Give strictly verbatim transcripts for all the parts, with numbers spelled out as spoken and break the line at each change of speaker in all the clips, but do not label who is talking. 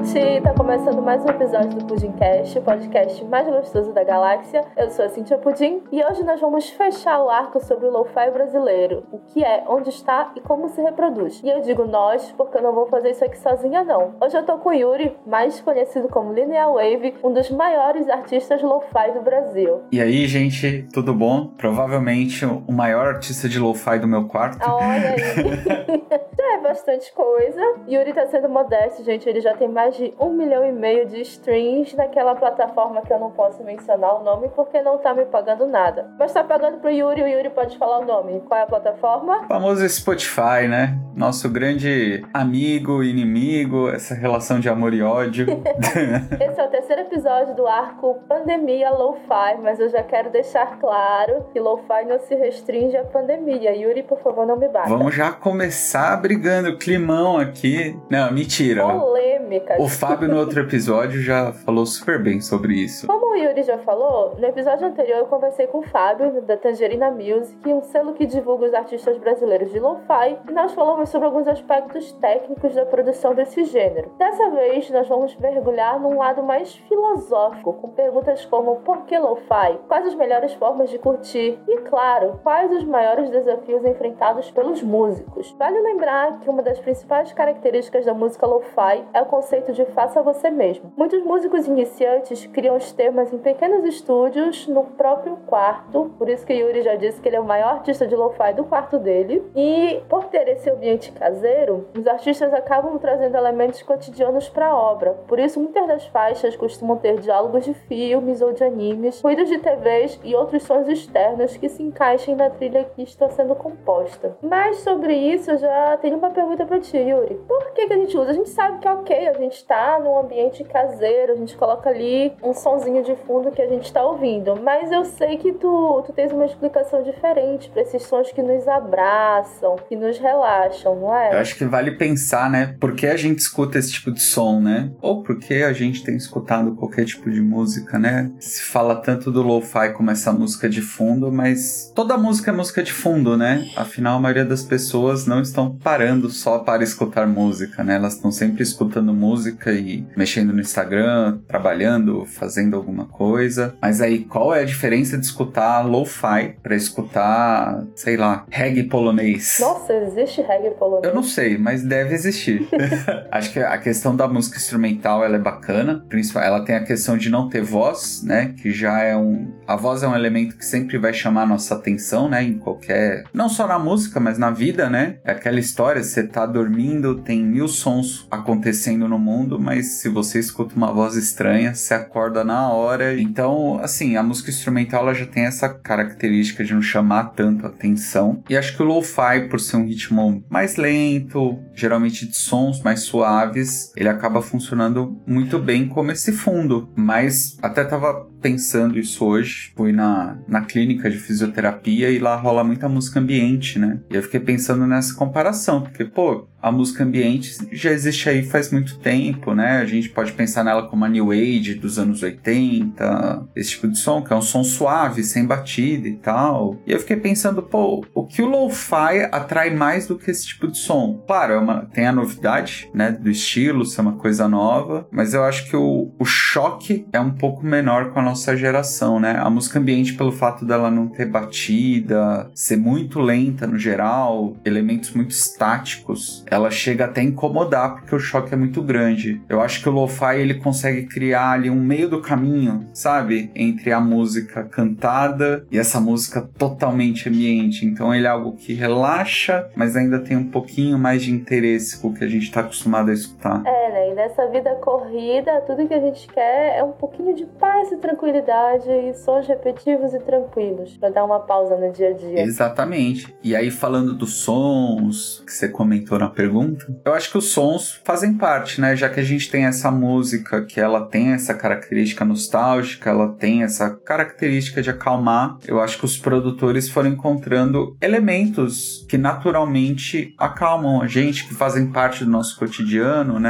gente! Tá começando mais um episódio do Pudimcast, o podcast mais gostoso da galáxia. Eu sou a Cíntia Pudim e hoje nós vamos fechar o arco sobre o lo-fi brasileiro. O que é, onde está e como se reproduz. E eu digo nós porque eu não vou fazer isso aqui sozinha não. Hoje eu tô com o Yuri, mais conhecido como Linear Wave, um dos maiores artistas lo-fi do Brasil.
E aí, gente, tudo bom? Provavelmente o maior artista de lo-fi do meu quarto.
Ah, olha aí! Já é bastante coisa. Yuri tá sendo modesto, gente. Ele já tem mais de um milhão e meio de streams naquela plataforma que eu não posso mencionar o nome porque não tá me pagando nada. Mas tá pagando pro Yuri, o Yuri pode falar o nome. Qual é a plataforma?
O famoso Spotify, né? Nosso grande amigo e inimigo, essa relação de amor e ódio.
Esse é o terceiro episódio do arco Pandemia Lo-Fi, mas eu já quero deixar claro que Lo-Fi não se restringe à pandemia. Yuri, por favor, não me bata.
Vamos já começar brigando, climão aqui. Não, mentira.
Polêmica.
O Fábio no outro episódio já falou super bem sobre isso.
Como o Yuri já falou, no episódio anterior eu conversei com o Fábio, da Tangerina Music, um selo que divulga os artistas brasileiros de lo-fi, e nós falamos sobre alguns aspectos técnicos da produção desse gênero. Dessa vez, nós vamos mergulhar num lado mais filosófico, com perguntas como por que lo-fi? Quais as melhores formas de curtir? E, claro, quais os maiores desafios enfrentados pelos músicos? Vale lembrar que uma das principais características da música lo-fi é o conceito de faça você mesmo. Muitos músicos iniciantes criam os temas em pequenos estúdios no próprio quarto, por isso que Yuri já disse que ele é o maior artista de lo-fi do quarto dele, e por ter esse ambiente caseiro, os artistas acabam trazendo elementos cotidianos para a obra. Por isso, muitas das faixas costumam ter diálogos de filmes ou de animes, ruídos de T Vs e outros sons externos que se encaixem na trilha que está sendo composta. Mas sobre isso, eu já tenho uma pergunta para ti, Yuri. Por que que a gente usa? A gente sabe que é ok, a gente está num ambiente caseiro, a gente coloca ali um sonzinho de fundo que a gente está ouvindo, mas eu sei que tu, tu tens uma explicação diferente para esses sons que nos abraçam, que nos relaxam, não é?
Eu acho que vale pensar, né, por que a gente escuta esse tipo de som, né? Ou por que a gente tem escutado qualquer tipo de música, né? Se fala tanto do lo-fi como essa música de fundo, mas toda música é música de fundo, né? Afinal, a maioria das pessoas não estão parando só para escutar música, né? Elas estão sempre escutando música e mexendo no Instagram, trabalhando, fazendo alguma coisa. Mas aí, qual é a diferença de escutar lo-fi para escutar, sei lá, reggae polonês?
Nossa, existe reggae polonês?
Eu não sei, mas deve existir. Acho que a questão da música instrumental, ela é bacana. Principalmente, ela tem a questão de não ter voz, né? Que já é um... A voz é um elemento que sempre vai chamar a nossa atenção, né? Em qualquer... Não só na música, mas na vida, né? É aquela história, você tá dormindo, tem mil sons acontecendo no mundo, mas se você escuta uma voz estranha, você acorda na hora. Então, assim, a música instrumental, ela já tem essa característica de não chamar tanto a atenção. E acho que o lo-fi, por ser um ritmo mais lento, geralmente de sons mais suaves, ele acaba funcionando muito bem como esse fundo. Mas até tava pensando isso hoje, fui na, na clínica de fisioterapia e lá rola muita música ambiente, né? E eu fiquei pensando nessa comparação, porque, pô, a música ambiente já existe aí faz muito tempo, né? A gente pode pensar nela como a New Age dos anos oitenta, esse tipo de som, que é um som suave, sem batida e tal. E eu fiquei pensando, pô, o que o lo-fi atrai mais do que esse tipo de som? Claro, é uma, tem a novidade, né, do estilo, ser uma coisa nova, mas eu acho que o, o choque é um pouco menor com a nossa geração, né? A música ambiente, pelo fato dela não ter batida, ser muito lenta no geral, elementos muito estáticos, ela chega até a incomodar porque o choque é muito grande. Eu acho que o lo-fi, ele consegue criar ali um meio do caminho, sabe? Entre a música cantada e essa música totalmente ambiente. Então ele é algo que relaxa, mas ainda tem um pouquinho mais de interesse com o que a gente está acostumado a escutar.
É, né? E nessa vida corrida, tudo que a gente quer é um pouquinho de paz e tranquilidade e sons repetitivos e tranquilos, pra dar uma pausa no dia a dia.
Exatamente. E aí, falando dos sons que você comentou na pergunta, eu acho que os sons fazem parte, né? Já que a gente tem essa música que ela tem essa característica nostálgica, ela tem essa característica de acalmar, eu acho que os produtores foram encontrando elementos que naturalmente acalmam a gente, que fazem parte do nosso cotidiano, né? Seja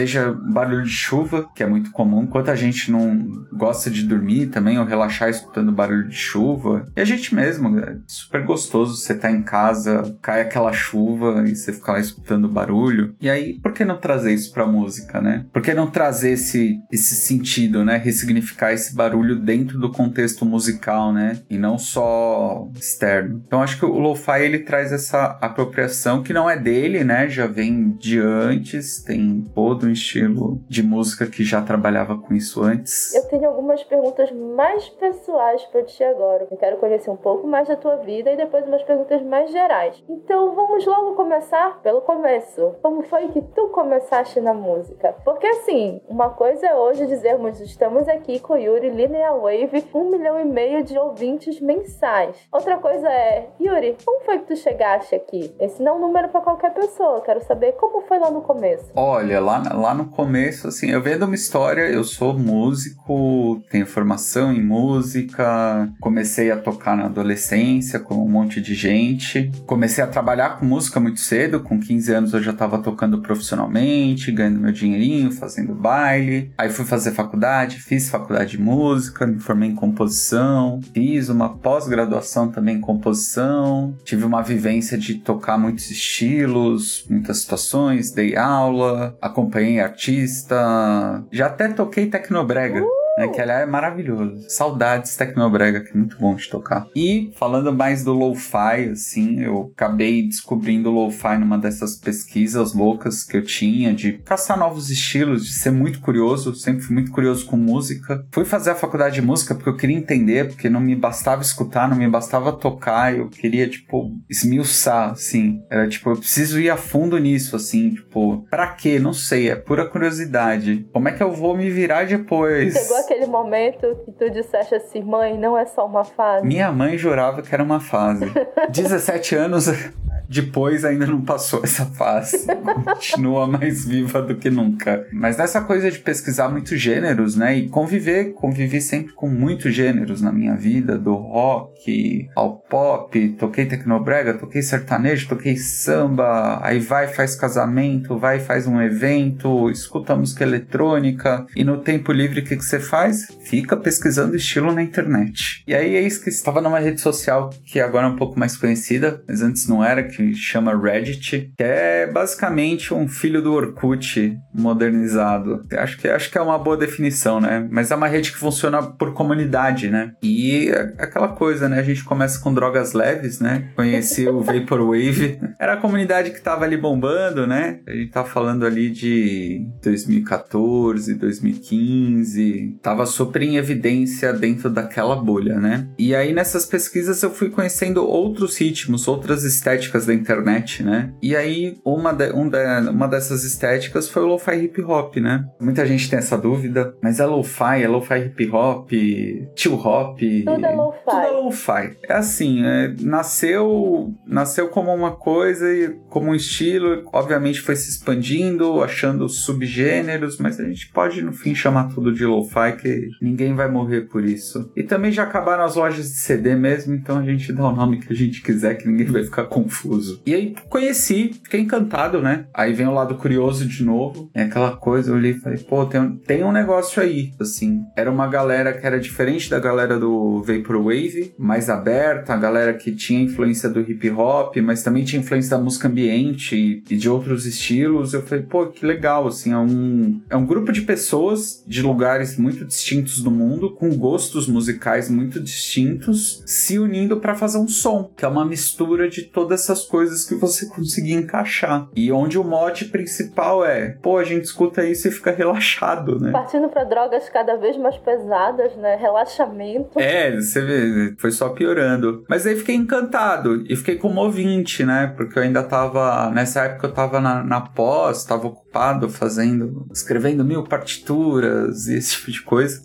seja barulho de chuva, que é muito comum. Quanta gente não gosta de dormir também, ou relaxar escutando barulho de chuva. E a gente mesmo, é super gostoso você tá em casa, cai aquela chuva e você fica lá escutando barulho. E aí, por que não trazer isso pra música, né? Por que não trazer esse, esse sentido, né? Ressignificar esse barulho dentro do contexto musical, né? E não só externo. Então, acho que o lo-fi, ele traz essa apropriação que não é dele, né? Já vem de antes, tem todo um estilo de música que já trabalhava com isso antes.
Eu tenho algumas perguntas mais pessoais pra ti agora. Eu quero conhecer um pouco mais da tua vida e depois umas perguntas mais gerais. Então, vamos logo começar pelo começo. Como foi que tu começaste na música? Porque, assim, uma coisa é hoje dizermos estamos aqui com o Yuri, Linear Wave, um milhão e meio de ouvintes mensais. Outra coisa é, Yuri, como foi que tu chegaste aqui? Esse não é um número pra qualquer pessoa. Eu quero saber como foi lá no começo.
Olha, lá, lá no começo, assim, eu venho de uma história, eu sou músico, tenho formação em música, comecei a tocar na adolescência com um monte de gente, comecei a trabalhar com música muito cedo, com quinze anos eu já estava tocando profissionalmente, ganhando meu dinheirinho, fazendo baile, aí fui fazer faculdade, fiz faculdade de música, me formei em composição, fiz uma pós-graduação também em composição, tive uma vivência de tocar muitos estilos, muitas situações, dei aula, acompanhei artista, já até toquei tecnobrega. Né, que aliás é maravilhoso. Saudades Tecnobrega, que é muito bom de tocar. E falando mais do lo-fi, assim, eu acabei descobrindo o lo-fi numa dessas pesquisas loucas que eu tinha, de caçar novos estilos, de ser muito curioso, sempre fui muito curioso com música. Fui fazer a faculdade de música porque eu queria entender, porque não me bastava escutar, não me bastava tocar, eu queria, tipo, esmiuçar, assim. Era tipo, eu preciso ir a fundo nisso, assim, tipo, pra quê? Não sei, é pura curiosidade. Como é que eu vou me virar depois?
Chegou aquele momento que tu disseste assim, mãe, não é só uma fase?
Minha mãe jurava que era uma fase. dezessete anos depois ainda não passou essa fase. Continua mais viva do que nunca. Mas nessa coisa de pesquisar muitos gêneros, né? E conviver, convivi sempre com muitos gêneros na minha vida, do rock ao pop, toquei tecnobrega, toquei sertanejo, toquei samba, aí vai faz casamento, vai faz um evento, escuta música eletrônica, e no tempo livre o que, que você faz? Fica pesquisando estilo na internet. E aí é isso que estava numa rede social que agora é um pouco mais conhecida, mas antes não era, que chama Reddit, que é basicamente um filho do Orkut modernizado. Acho que, acho que é uma boa definição, né? Mas é uma rede que funciona por comunidade, né? E é aquela coisa, né? A gente começa com drogas leves, né? Conheci o Vaporwave. Era a comunidade que tava ali bombando, né? A gente tá falando ali de dois mil e catorze, dois mil e quinze. Tava super em evidência dentro daquela bolha, né? E aí nessas pesquisas eu fui conhecendo outros ritmos, outras estéticas da internet, né? E aí, uma, de, um de, uma dessas estéticas foi o lo-fi hip hop, né? Muita gente tem essa dúvida, mas é lo-fi, é lo-fi hip hop, chill hop...
Tudo é lo-fi.
Tudo é lo-fi. É assim, é, nasceu, nasceu como uma coisa e como um estilo, obviamente foi se expandindo, achando subgêneros, mas a gente pode, no fim, chamar tudo de lo-fi, que ninguém vai morrer por isso. E também já acabaram as lojas de C D mesmo, então a gente dá o nome que a gente quiser, que ninguém vai ficar confuso. E aí conheci, fiquei encantado, né? Aí vem o lado curioso de novo, é aquela coisa, eu olhei e falei, pô, tem um, tem um negócio aí, assim. Era uma galera que era diferente da galera do Vaporwave, mais aberta, a galera que tinha influência do hip hop, mas também tinha influência da música ambiente e, e de outros estilos. Eu falei, pô, que legal, assim, é um, é um grupo de pessoas de lugares muito distintos do mundo, com gostos musicais muito distintos, se unindo para fazer um som, que é uma mistura de todas essas coisas que você conseguia encaixar. E onde o mote principal é, pô, a gente escuta isso e fica relaxado, né?
Partindo pra drogas cada vez mais pesadas, né? Relaxamento.
É, você vê, foi só piorando. Mas aí fiquei encantado e fiquei como ouvinte, né? Porque eu ainda tava, nessa época eu tava na, na pós, tava ocupado fazendo, escrevendo mil partituras e esse tipo de coisa.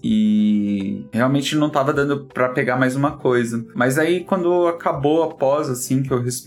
E realmente não tava dando pra pegar mais uma coisa. Mas aí quando acabou a pós, assim, que eu respirei, eu falei,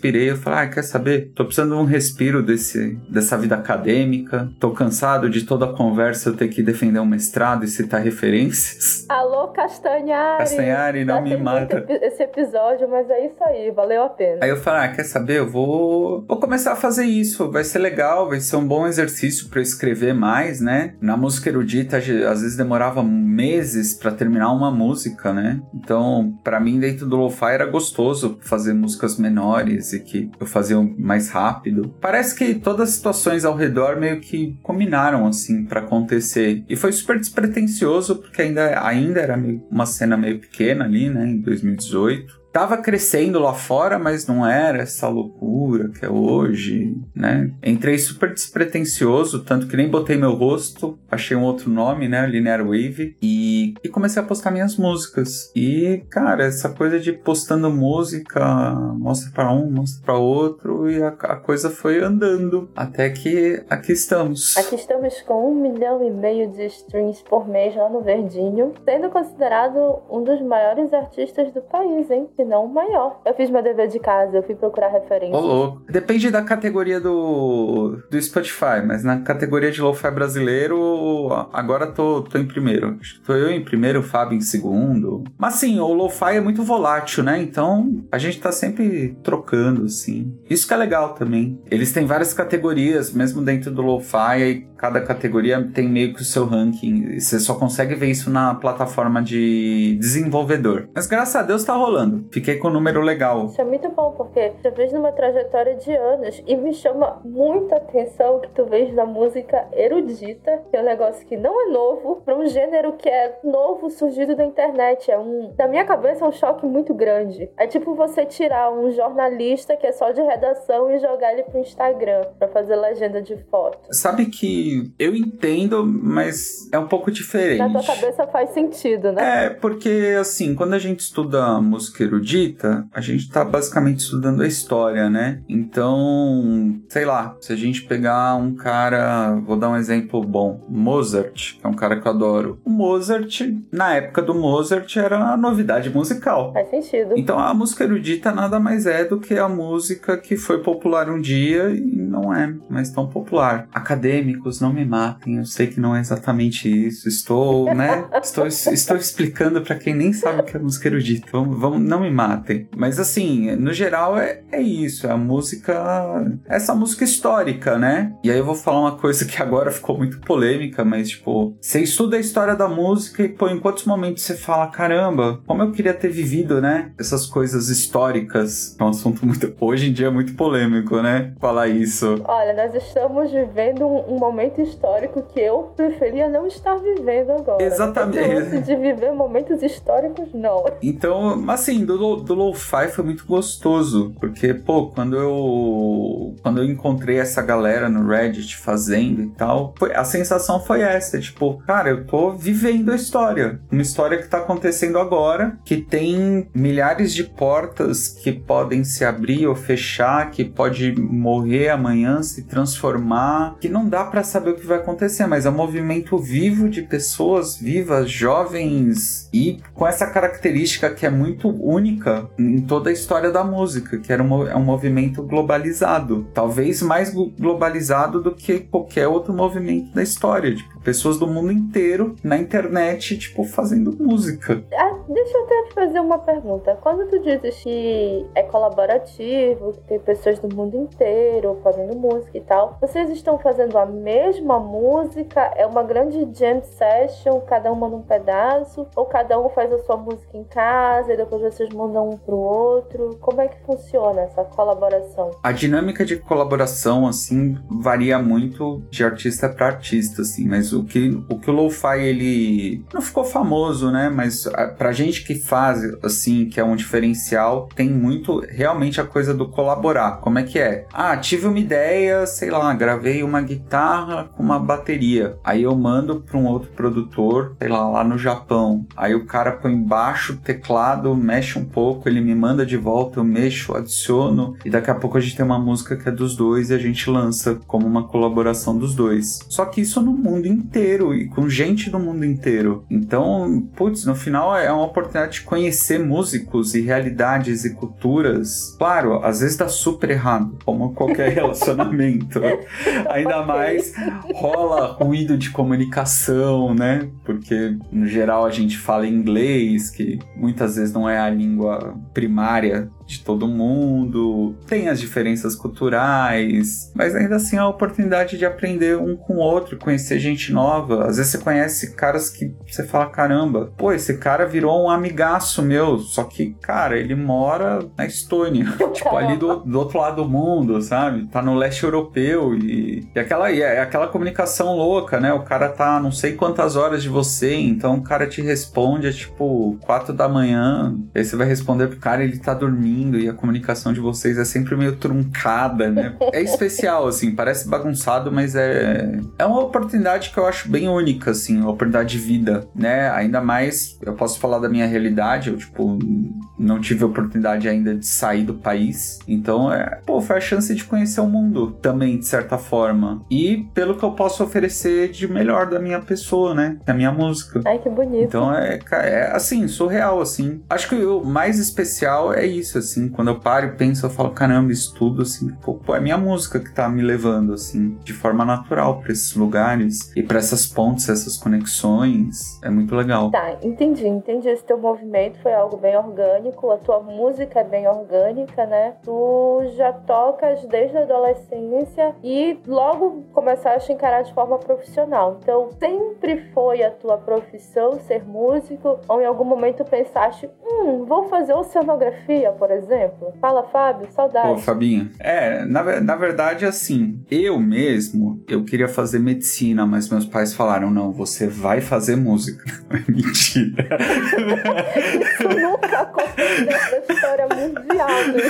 falei, ah, quer saber? Tô precisando de um respiro desse, dessa vida acadêmica, tô cansado de toda a conversa eu ter que defender um mestrado e citar referências.
Alô, Castanhari!
Castanhari, não me mata.
Esse episódio, mas é isso aí, valeu a pena.
Aí eu falei, ah, quer saber? Eu vou, vou começar a fazer isso, vai ser legal, vai ser um bom exercício pra eu escrever mais, né? Na música erudita, às vezes demorava meses pra terminar uma música, né? Então, pra mim, dentro do lo-fi era gostoso fazer músicas menores e que eu fazia mais rápido. Parece que todas as situações ao redor meio que combinaram, assim, pra acontecer. E foi super despretensioso, porque ainda, ainda era meio, uma cena meio pequena ali, né? Em dois mil e dezoito. Tava crescendo lá fora, mas não era essa loucura que é hoje, né? Entrei super despretensioso, tanto que nem botei meu rosto, achei um outro nome, né? Linear Wave, e, e comecei a postar minhas músicas. E, cara, essa coisa de postando música, mostra pra um, mostra pra outro, e a, a coisa foi andando, até que aqui estamos.
Aqui estamos com um milhão e meio de streams por mês lá no Verdinho, sendo considerado um dos maiores artistas do país, hein? Não o maior. Eu fiz meu dever de casa, eu fui procurar referência.
Ô, louco. Depende da categoria do, do Spotify, mas na categoria de lo-fi brasileiro, agora tô, tô em primeiro. Tô eu em primeiro, o Fábio em segundo. Mas sim, o lo-fi é muito volátil, né? Então, a gente tá sempre trocando, assim. Isso que é legal também. Eles têm várias categorias, mesmo dentro do lo-fi, e cada categoria tem meio que o seu ranking. Você só consegue ver isso na plataforma de desenvolvedor. Mas graças a Deus tá rolando. Fiquei com um número legal.
Isso é muito bom, porque tu vês numa trajetória de anos e me chama muita atenção que tu vês da música erudita, que é um negócio que não é novo, pra um gênero que é novo, surgido da internet. É um, na minha cabeça, é um choque muito grande. É tipo você tirar um jornalista que é só de redação e jogar ele pro Instagram pra fazer legenda de foto.
Sabe que eu entendo, mas é um pouco diferente.
Na tua cabeça faz sentido, né?
É, porque assim, quando a gente estuda música erudita, a gente tá basicamente estudando a história, né? Então, sei lá, se a gente pegar um cara, vou dar um exemplo bom, Mozart, que é um cara que eu adoro. O Mozart, na época do Mozart, era uma novidade musical.
Faz sentido.
Então a música erudita nada mais é do que a música que foi popular um dia e não é mais tão popular. Acadêmicos, não me matem, eu sei que não é exatamente isso. Estou, né? estou, estou explicando pra quem nem sabe o que é música erudita. Vamos, vamos, não me matem. Mas assim, no geral é, é isso, é a música, essa música histórica, né? E aí eu vou falar uma coisa que agora ficou muito polêmica, mas tipo, você estuda a história da música e pô, em quantos momentos você fala, caramba, como eu queria ter vivido, né? Essas coisas históricas. É um assunto muito, hoje em dia é muito polêmico, né? Falar isso.
Olha, nós estamos vivendo um, um momento histórico que eu preferia não estar vivendo agora.
Exatamente.
De viver momentos históricos, não.
Então, assim, do, do lo-fi foi muito gostoso, porque, pô, quando eu quando eu encontrei essa galera no Reddit fazendo e tal, foi, a sensação foi essa, tipo, cara, eu tô vivendo a história, uma história que tá acontecendo agora, que tem milhares de portas que podem se abrir ou fechar, que pode morrer amanhã, se transformar, que não dá pra saber o que vai acontecer, mas é um movimento vivo de pessoas vivas, jovens, e com essa característica que é muito única em toda a história da música, que era um, é um movimento globalizado, talvez mais globalizado do que qualquer outro movimento da história, tipo, pessoas do mundo inteiro na internet, tipo, fazendo música.
Ah, deixa eu até fazer uma pergunta. Quando tu dizes que é colaborativo, que tem pessoas do mundo inteiro fazendo música e tal, vocês estão fazendo a mesma música? É uma grande jam session, cada um manda um pedaço? Ou cada um faz a sua música em casa e depois vocês mandam um pro outro? Como é que funciona essa colaboração?
A dinâmica de colaboração, assim, varia muito de artista para artista, assim, mas o que o, que o lo-fi, ele não ficou famoso, né, mas a, pra gente que faz, assim, que é um diferencial, tem muito, realmente, a coisa do colaborar. Como é que é? Ah, tive uma ideia, sei lá, gravei uma guitarra com uma bateria, aí eu mando pra um outro produtor, sei lá, lá no Japão, aí o cara põe embaixo o teclado, mexe um pouco, ele me manda de volta, eu mexo, adiciono, e daqui a pouco a gente tem uma música que é dos dois e a gente lança como uma colaboração dos dois. Só que isso no mundo inteiro e com gente do mundo inteiro. Então, putz, no final é uma, oportunidade de conhecer músicos e realidades e culturas. Claro, às vezes dá super errado, como qualquer relacionamento. Ainda mais rola ruído de comunicação, né? Porque, no geral, a gente fala inglês, que muitas vezes não é a língua primária de todo mundo, tem as diferenças culturais, mas ainda assim é a oportunidade de aprender um com o outro, conhecer gente nova. Às vezes você conhece caras que você fala, caramba, pô, esse cara virou um amigaço meu, só que, cara, ele mora na Estônia, tipo, ali do, do outro lado do mundo, sabe? Tá no leste europeu e, e aquela, e é aquela comunicação louca, né? O cara tá não sei quantas horas de você, então o cara te responde, é tipo, quatro da manhã, aí você vai responder pro cara, ele tá dormindo, e a comunicação de vocês é sempre meio truncada, né? É especial, assim, parece bagunçado, mas é é uma oportunidade que eu acho bem única, assim, uma oportunidade de vida, né? Ainda mais, eu posso falar da minha realidade, eu, tipo, não tive a oportunidade ainda de sair do país, então, é, pô, foi a chance de conhecer o mundo também, de certa forma, e pelo que eu posso oferecer de melhor da minha pessoa, né? Da minha música.
Ai, que bonito.
Então, é, é assim, surreal, assim. Acho que o mais especial é isso, assim, quando eu paro e penso, eu falo, caramba, isso tudo, assim, pô, pô, é minha música que tá me levando, assim, de forma natural pra esses lugares e pra essas pontes, essas conexões, é muito legal.
Tá, entendi, entendi. Esse teu movimento foi algo bem orgânico, a tua música é bem orgânica, né? Tu já tocas desde a adolescência e logo começaste a encarar de forma profissional. Então, sempre foi a tua profissão ser músico, ou em algum momento pensaste, hum, vou fazer oceanografia, por exemplo? Fala, Fábio, saudade.
Pô, Fabinho, é, na, na verdade, assim, eu mesmo, eu queria fazer medicina, mas meus pais falaram, não, você vai fazer música. Mentira.
Isso nunca aconteceu na história mundial,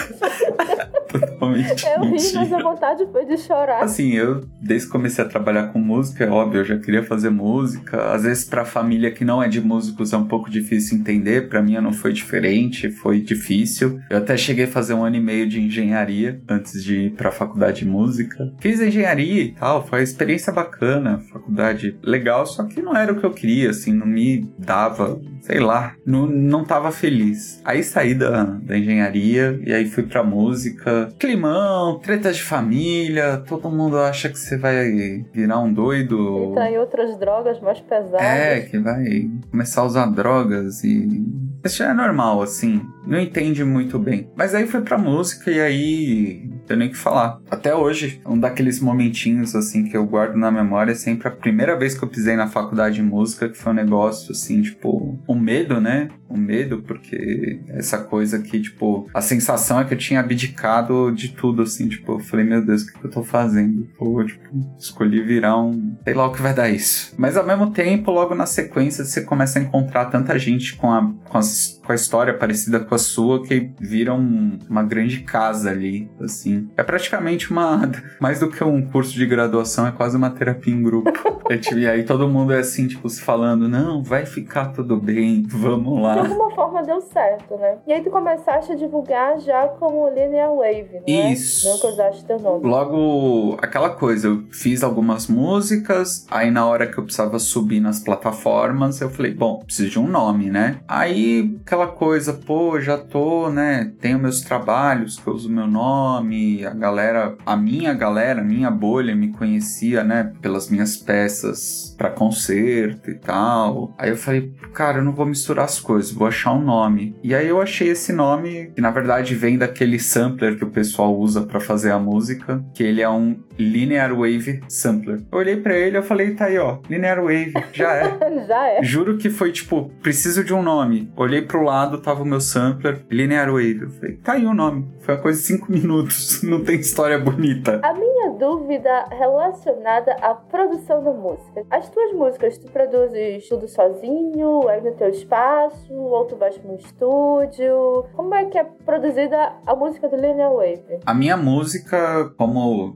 gente.
Totalmente
Eu ri,
mentira.
mas a vontade foi de chorar.
Assim, eu, desde que comecei a trabalhar com música, é óbvio, eu já queria fazer música. Às vezes, pra família que não é de músicos, é um pouco difícil entender. Pra mim, não foi diferente, foi difícil. Eu até cheguei a fazer um ano e meio de engenharia antes de ir pra faculdade de música. Fiz engenharia e tal, foi uma experiência bacana, faculdade legal, só que não era o que eu queria, assim, não me dava, sei lá, não, não tava feliz. Aí saí da, da engenharia e aí fui pra música. Climão, tretas de família, todo mundo acha que você vai virar um doido.
Entrar em outras drogas mais pesadas.
É, que vai começar a usar drogas e... Isso já é normal, assim, não entende muito bem. Mas aí foi pra música e aí, não tenho nem o que falar. Até hoje, um daqueles momentinhos, assim, que eu guardo na memória é sempre a primeira vez que eu pisei na faculdade de música, que foi um negócio, assim, tipo, um medo, né? Um medo, porque essa coisa que, tipo, a sensação é que eu tinha abdicado de tudo, assim, tipo, eu falei, meu Deus, o que eu tô fazendo? Pô, tipo, escolhi virar um... sei lá o que vai dar isso. Mas ao mesmo tempo, logo na sequência, você começa a encontrar tanta gente com a, com as com a história parecida com a sua, que vira um, uma grande casa ali, assim. É praticamente uma... mais do que um curso de graduação, é quase uma terapia em grupo. É, tipo, e aí todo mundo é assim, tipo, se falando, não, vai ficar tudo bem, vamos lá.
De alguma forma deu certo, né? E aí tu começaste a divulgar já como Linear Wave, né?
Isso.
Não que usaste teu nome.
Logo, aquela coisa, eu fiz algumas músicas, aí na hora que eu precisava subir nas plataformas, eu falei, bom, preciso de um nome, né? Aí, aquela coisa, pô, já tô, né, tenho meus trabalhos que eu uso meu nome, a galera, a minha galera, a minha bolha me conhecia, né, pelas minhas peças pra concerto e tal. Aí eu falei, cara, eu não vou misturar as coisas, vou achar um nome. E aí eu achei esse nome, que na verdade vem daquele sampler que o pessoal usa pra fazer a música, que ele é um Linear Wave Sampler. Eu olhei pra ele e falei, tá aí, ó, Linear Wave, já é.
Já é.
Juro que foi tipo, preciso de um nome. Olhei pro lado, tava o meu sampler, Linear Wave. Eu falei, tá aí o nome. Foi uma coisa de cinco minutos, não tem história bonita.
A minha dúvida relacionada à produção da música. As tuas músicas, tu produzes tudo sozinho, é no teu espaço, ou tu vais para um estúdio? Como é que é produzida a música do Linear Wave?
A minha música, como noventa e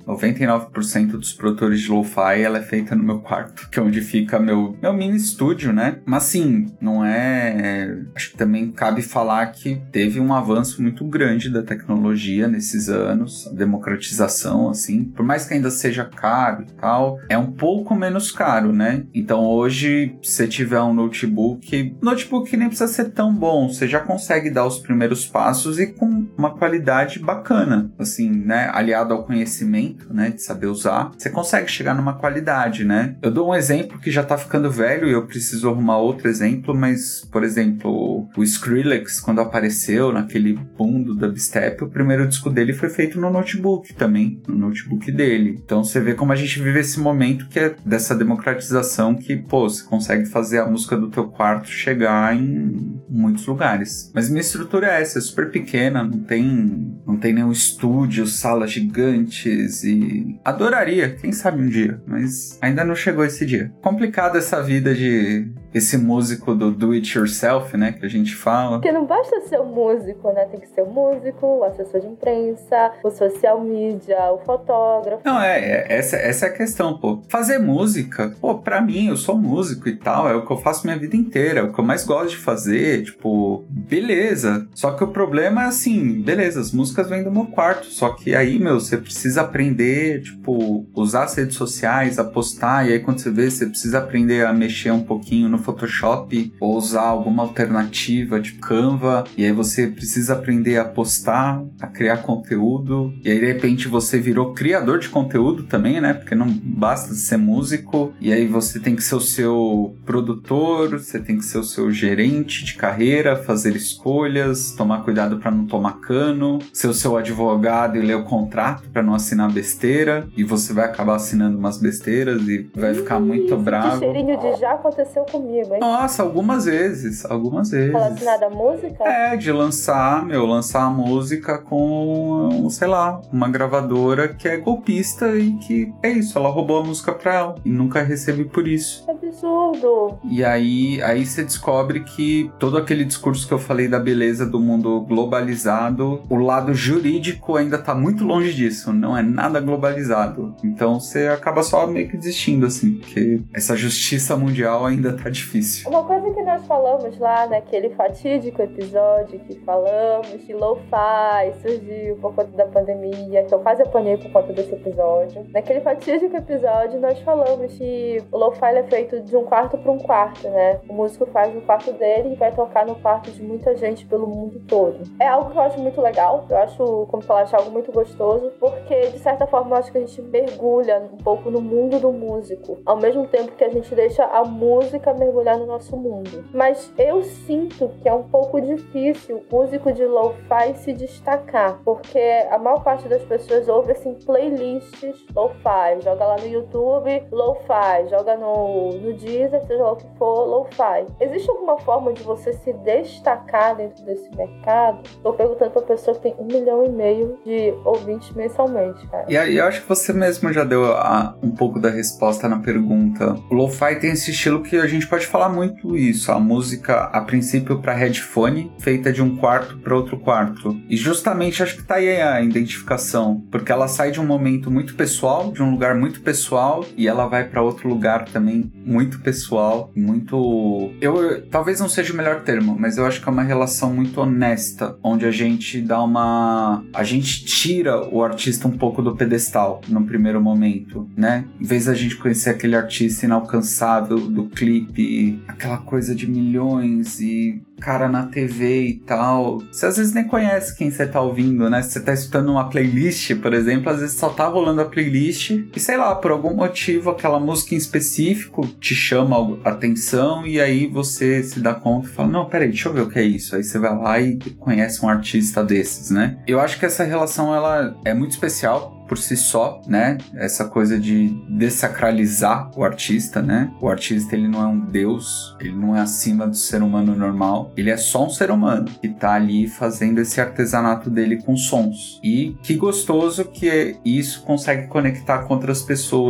nove por cento dos produtores de lo-fi, ela é feita no meu quarto, que é onde fica meu, meu mini estúdio, né? Mas sim, não é... Acho que também cabe falar que teve um avanço muito grande da tecnologia nesses anos, a democratização, assim. Por mais que ainda seja caro e tal, é um pouco menos caro, né? Então hoje, se você tiver um notebook, notebook nem precisa ser tão bom, você já consegue dar os primeiros passos e com uma qualidade bacana, assim, né? Aliado ao conhecimento, né? De saber usar, você consegue chegar numa qualidade, né? Eu dou um exemplo que já tá ficando velho e eu preciso arrumar outro exemplo, mas, por exemplo, o Skrillex, quando apareceu naquele boom do dubstep, o primeiro disco dele foi feito no notebook também, no notebook dele. Então você vê como a gente vive esse momento que é dessa democratização que, pô, você consegue fazer a música do teu quarto chegar em muitos lugares. Mas minha estrutura é essa, é super pequena, não tem, não tem nenhum estúdio, salas gigantes e... Adoraria, quem sabe um dia, mas ainda não chegou esse dia. Complicada essa vida de... esse músico do do it yourself, né, que a gente fala.
Porque não basta ser um músico, né, tem que ser o músico, o assessor de imprensa, o social media, o fotógrafo.
Não, é, é essa, essa é a questão, pô. Fazer música, pô, pra mim, eu sou músico e tal, é o que eu faço minha vida inteira, é o que eu mais gosto de fazer, tipo, beleza. Só que o problema é assim, beleza, as músicas vêm do meu quarto, só que aí, meu, você precisa aprender, tipo, usar as redes sociais, a postar, e aí quando você vê, você precisa aprender a mexer um pouquinho no Photoshop, ou usar alguma alternativa, tipo Canva, e aí você precisa aprender a postar, a criar conteúdo, e aí de repente você virou criador de conteúdo também, né? Porque não basta ser músico, e aí você tem que ser o seu produtor, você tem que ser o seu gerente de carreira, fazer escolhas, tomar cuidado para não tomar cano, ser o seu advogado e ler o contrato para não assinar besteira, e você vai acabar assinando umas besteiras e vai ficar muito
Ih,
bravo.
Que cheirinho de já aconteceu comigo, hein?
Nossa, algumas vezes, algumas vezes.
Relacionada à música?
É, de lançar, meu, lançar a música com, sei lá, uma gravadora que é golpista e que é isso, ela roubou a música pra ela e nunca recebe por isso.
Que absurdo!
E aí, aí você descobre que todo aquele discurso que eu falei da beleza do mundo globalizado, o lado jurídico ainda tá muito longe disso, não é nada globalizado. Então você acaba só meio que desistindo, assim, porque essa justiça mundial ainda tá difícil.
Uma coisa que nós falamos lá naquele fatídico episódio que falamos de lo-fi, surgiu por conta da pandemia, que eu quase apanhei por conta desse episódio. Naquele fatídico episódio nós falamos que o lo-fi é feito de um quarto para um quarto, né? O músico faz no quarto dele e vai tocar no quarto de muita gente pelo mundo todo. É algo que eu acho muito legal, eu acho, como falaste, algo muito gostoso, porque de certa forma eu acho que a gente mergulha um pouco no mundo do músico, ao mesmo tempo que a gente deixa a música mergulhar no nosso mundo. Mas eu sinto que é um pouco difícil o músico de lo-fi se destacar, porque a maior parte das pessoas ouve assim playlists lo-fi, joga lá no YouTube lo-fi, joga no, no Deezer, seja lá o que for, lo-fi. Existe alguma forma de você se destacar dentro desse mercado? Tô perguntando pra pessoa que tem um milhão e meio de ouvintes mensalmente, cara.
E aí eu acho que você mesmo já deu a, um pouco da resposta na pergunta. O lo-fi tem esse estilo que a gente pode falar muito isso, a música a princípio para headphone, feita de um quarto para outro quarto. E justamente acho que tá aí a identificação, porque ela sai de um momento muito pessoal, de um lugar muito pessoal, e ela vai para outro lugar também muito pessoal, muito... Eu, talvez não seja o melhor termo, mas eu acho que é uma relação muito honesta, onde a gente dá uma... A gente tira o artista um pouco do pedestal no primeiro momento, né? Em vez da gente conhecer aquele artista inalcançável do clipe, aquela coisa de milhões e cara na T V e tal, você às vezes nem conhece quem você tá ouvindo, né? Você tá escutando uma playlist, por exemplo, às vezes só tá rolando a playlist e sei lá, por algum motivo aquela música em específico te chama a atenção e aí você se dá conta e fala, não, peraí, deixa eu ver o que é isso. Aí você vai lá e conhece um artista desses, né? Eu acho que essa relação, ela é muito especial por si só, né? Essa coisa de desacralizar o artista, né? O artista, ele não é um deus, ele não é acima do ser humano normal, ele é só um ser humano que tá ali fazendo esse artesanato dele com sons. E que gostoso que isso consegue conectar com outras pessoas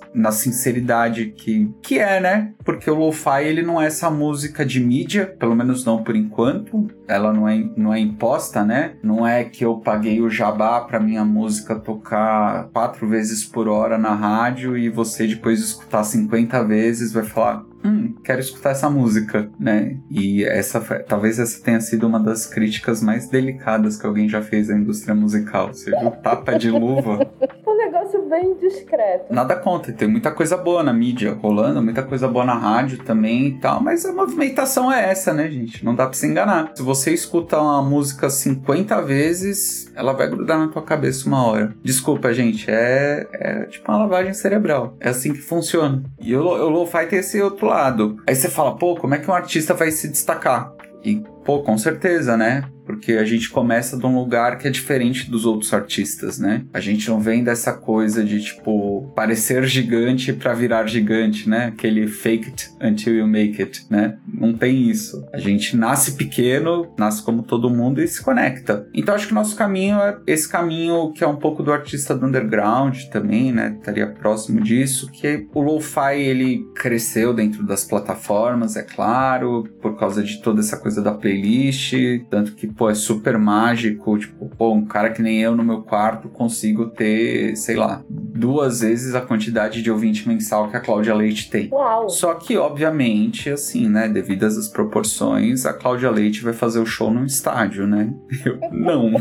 na sinceridade que, que é, né? Porque o lo-fi, ele não é essa música de mídia, pelo menos não por enquanto. Ela não é, não é imposta, né? Não é que eu paguei o jabá pra minha música tocar quatro vezes por hora na rádio e você, depois de escutar cinquenta vezes, vai falar... Hum, quero escutar essa música, né? E essa, talvez essa tenha sido uma das críticas mais delicadas que alguém já fez à indústria musical. Você viu, tapa de luva.
Um negócio bem discreto.
Nada contra, tem muita coisa boa na mídia rolando, muita coisa boa na rádio também e tal, mas a movimentação é essa, né, gente? Não dá pra se enganar. Se você escuta uma música cinquenta vezes, ela vai grudar na tua cabeça uma hora. Desculpa, gente, é, é tipo uma lavagem cerebral. É assim que funciona. E o, o lo-fi tem esse outro lado. Aí você fala, pô, como é que um artista vai se destacar? E, pô, com certeza, né? Porque a gente começa de um lugar que é diferente dos outros artistas, né? A gente não vem dessa coisa de, tipo, parecer gigante pra virar gigante, né? Aquele fake it until you make it, né? Não tem isso. A gente nasce pequeno, nasce como todo mundo e se conecta. Então, acho que o nosso caminho é esse caminho que é um pouco do artista do underground também, né? Estaria próximo disso, que o lo-fi, ele cresceu dentro das plataformas, é claro, por causa de toda essa coisa da playlist, tanto que pô, é super mágico, tipo, pô, um cara que nem eu no meu quarto consigo ter, sei lá, duas vezes a quantidade de ouvinte mensal que a Cláudia Leite tem.
Uau!
Só que, obviamente, assim, né, devido às proporções, a Cláudia Leite vai fazer o show num estádio, né? Eu, não.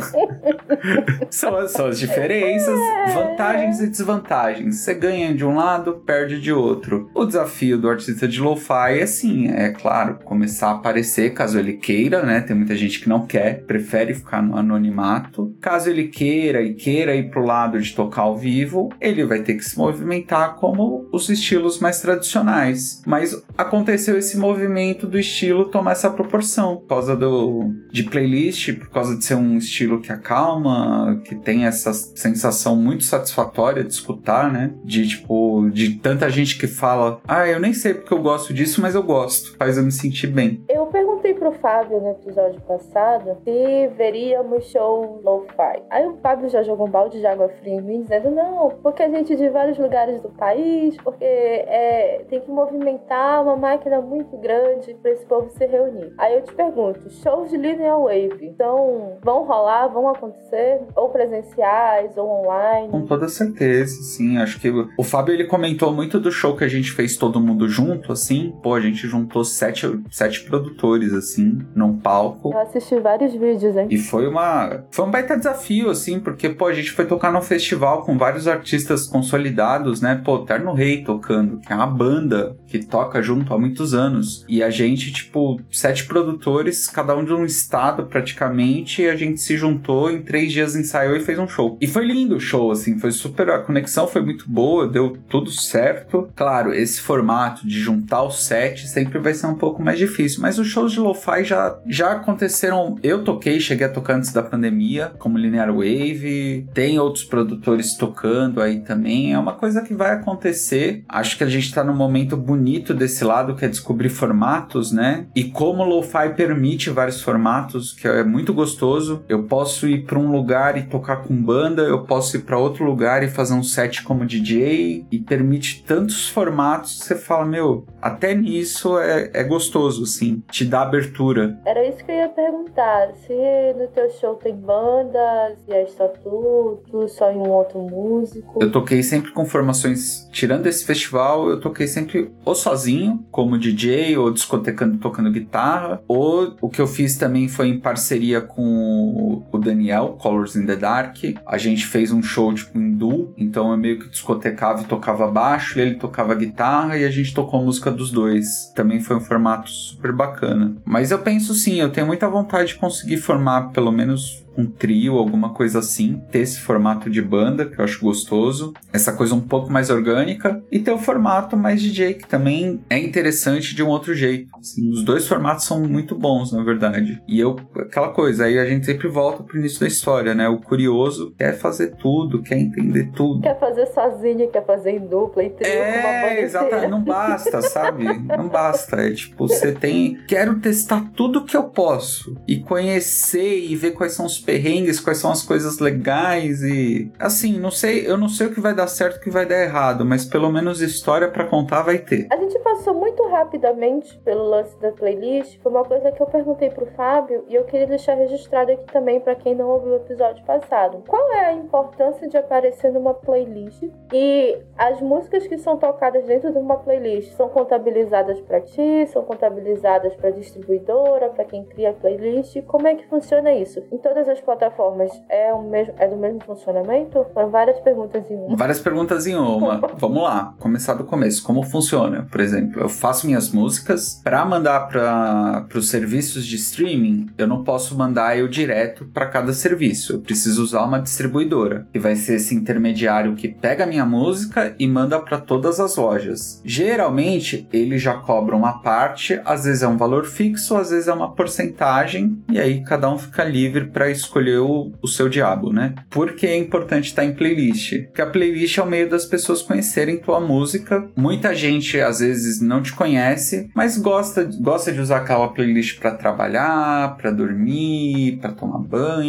são, são as diferenças, vantagens e desvantagens. Você ganha de um lado, perde de outro. O desafio do artista de lo-fi é, assim, é claro, começar a aparecer, caso ele queira, né? Tem muita gente que não quer, prefere ficar no anonimato. Caso ele queira e queira ir pro lado de tocar ao vivo, ele vai ter que se movimentar como os estilos mais tradicionais. Mas aconteceu esse movimento do estilo tomar essa proporção, por causa do, de playlist, por causa de ser um estilo que acalma, que tem essa sensação muito satisfatória de escutar, né? De, tipo, de tanta gente que fala, ah, eu nem sei porque eu gosto disso, mas eu gosto. Faz eu me sentir bem.
Eu perguntei pro Fábio no episódio passado se veríamos show lo-fi. Aí o Fábio já jogou um balde de água fria em mim, dizendo, não, porque a gente é de vários lugares do país, porque é, tem que movimentar uma máquina muito grande para esse povo se reunir. Aí eu te pergunto, shows de Linear Wave, então vão rolar, vão acontecer, ou presenciais, ou online?
Com toda certeza, sim. Acho que o Fábio, ele comentou muito do show que a gente fez todo mundo junto, assim. Pô, a gente juntou sete, sete produtores, assim, num palco.
Eu assisti vários vídeos, hein?
E foi uma... Foi um baita desafio, assim, porque, pô, a gente foi tocar num festival com vários artistas consolidados, né? Pô, Terno Rei tocando, que é uma banda que toca junto há muitos anos. E a gente, tipo, sete produtores, cada um de um estado, praticamente, e a gente se juntou, em três dias ensaiou e fez um show. E foi lindo o show, assim, foi super... A conexão foi muito boa, deu tudo certo. Claro, esse formato de juntar os sete sempre vai ser um pouco mais difícil, mas os shows de lo-fi já, já aconteceram. Eu toquei, cheguei a tocar antes da pandemia, como Linear Wave, tem outros produtores tocando aí também, é uma coisa que vai acontecer. Acho que a gente tá num momento bonito desse lado, que é descobrir formatos, né? E como o lo-fi permite vários formatos, que é muito gostoso. Eu posso ir pra um lugar e tocar com banda, eu posso ir pra outro lugar e fazer um set como D J, e permite tantos formatos que você fala, meu, até nisso é, é gostoso, assim, te dá abertura.
Era isso que eu ia perguntar, se no teu show tem banda, se é só tu, tu só em um outro músico.
Eu toquei sempre com formações, tirando esse festival, eu toquei sempre ou sozinho, como D J, ou discotecando, tocando guitarra, ou o que eu fiz também foi em parceria com o Daniel, Colors in the Dark. A gente fez um show tipo em duo, então eu meio que discotecava e tocava baixo, e ele tocava guitarra, e a gente tocou a música dos dois. Também foi um formato super bacana. Mas eu penso sim, eu tenho muita vontade de conseguir formar pelo menos um trio, alguma coisa assim, ter esse formato de banda, que eu acho gostoso, essa coisa um pouco mais orgânica, e ter o formato mais D J, que também é interessante de um outro jeito. Assim, os dois formatos são muito bons, na verdade. E eu, aquela coisa, aí a gente sempre volta pro início da história, né? O curioso quer fazer tudo, quer entender tudo.
Quer fazer sozinho, quer fazer em dupla, em trio,
é,
com uma banda
exatamente, não basta, sabe? Não basta, é tipo, você tem... Quero testar tudo que eu posso, e conhecer, e ver quais são os perrengues, quais são as coisas legais e... Assim, não sei, eu não sei o que vai dar certo e o que vai dar errado, mas pelo menos história pra contar vai ter.
A gente passou muito rapidamente pelo lance da playlist, foi uma coisa que eu perguntei pro Fábio e eu queria deixar registrado aqui também pra quem não ouviu o episódio passado. Qual é a importância de aparecer numa playlist e as músicas que são tocadas dentro de uma playlist são contabilizadas pra ti, são contabilizadas pra distribuidora, pra quem cria a playlist? Como é que funciona isso? Em todas as plataformas é, o mesmo, é do mesmo funcionamento? Foram várias perguntas em uma.
Várias perguntas em uma. Vamos lá, começar do começo. Como funciona? Por exemplo, eu faço minhas músicas, para mandar para os serviços de streaming, eu não posso mandar eu direto para cada serviço. Eu preciso usar uma distribuidora, que vai ser esse intermediário que pega a minha música e manda para todas as lojas. Geralmente, ele já cobra uma parte, às vezes é um valor fixo, às vezes é uma porcentagem, e aí cada um fica livre para escolher o, o seu diabo, né? Por que é importante estar em playlist? Porque a playlist é o meio das pessoas conhecerem tua música. Muita gente, às vezes, não te conhece, mas gosta, gosta de usar aquela playlist para trabalhar, para dormir, para tomar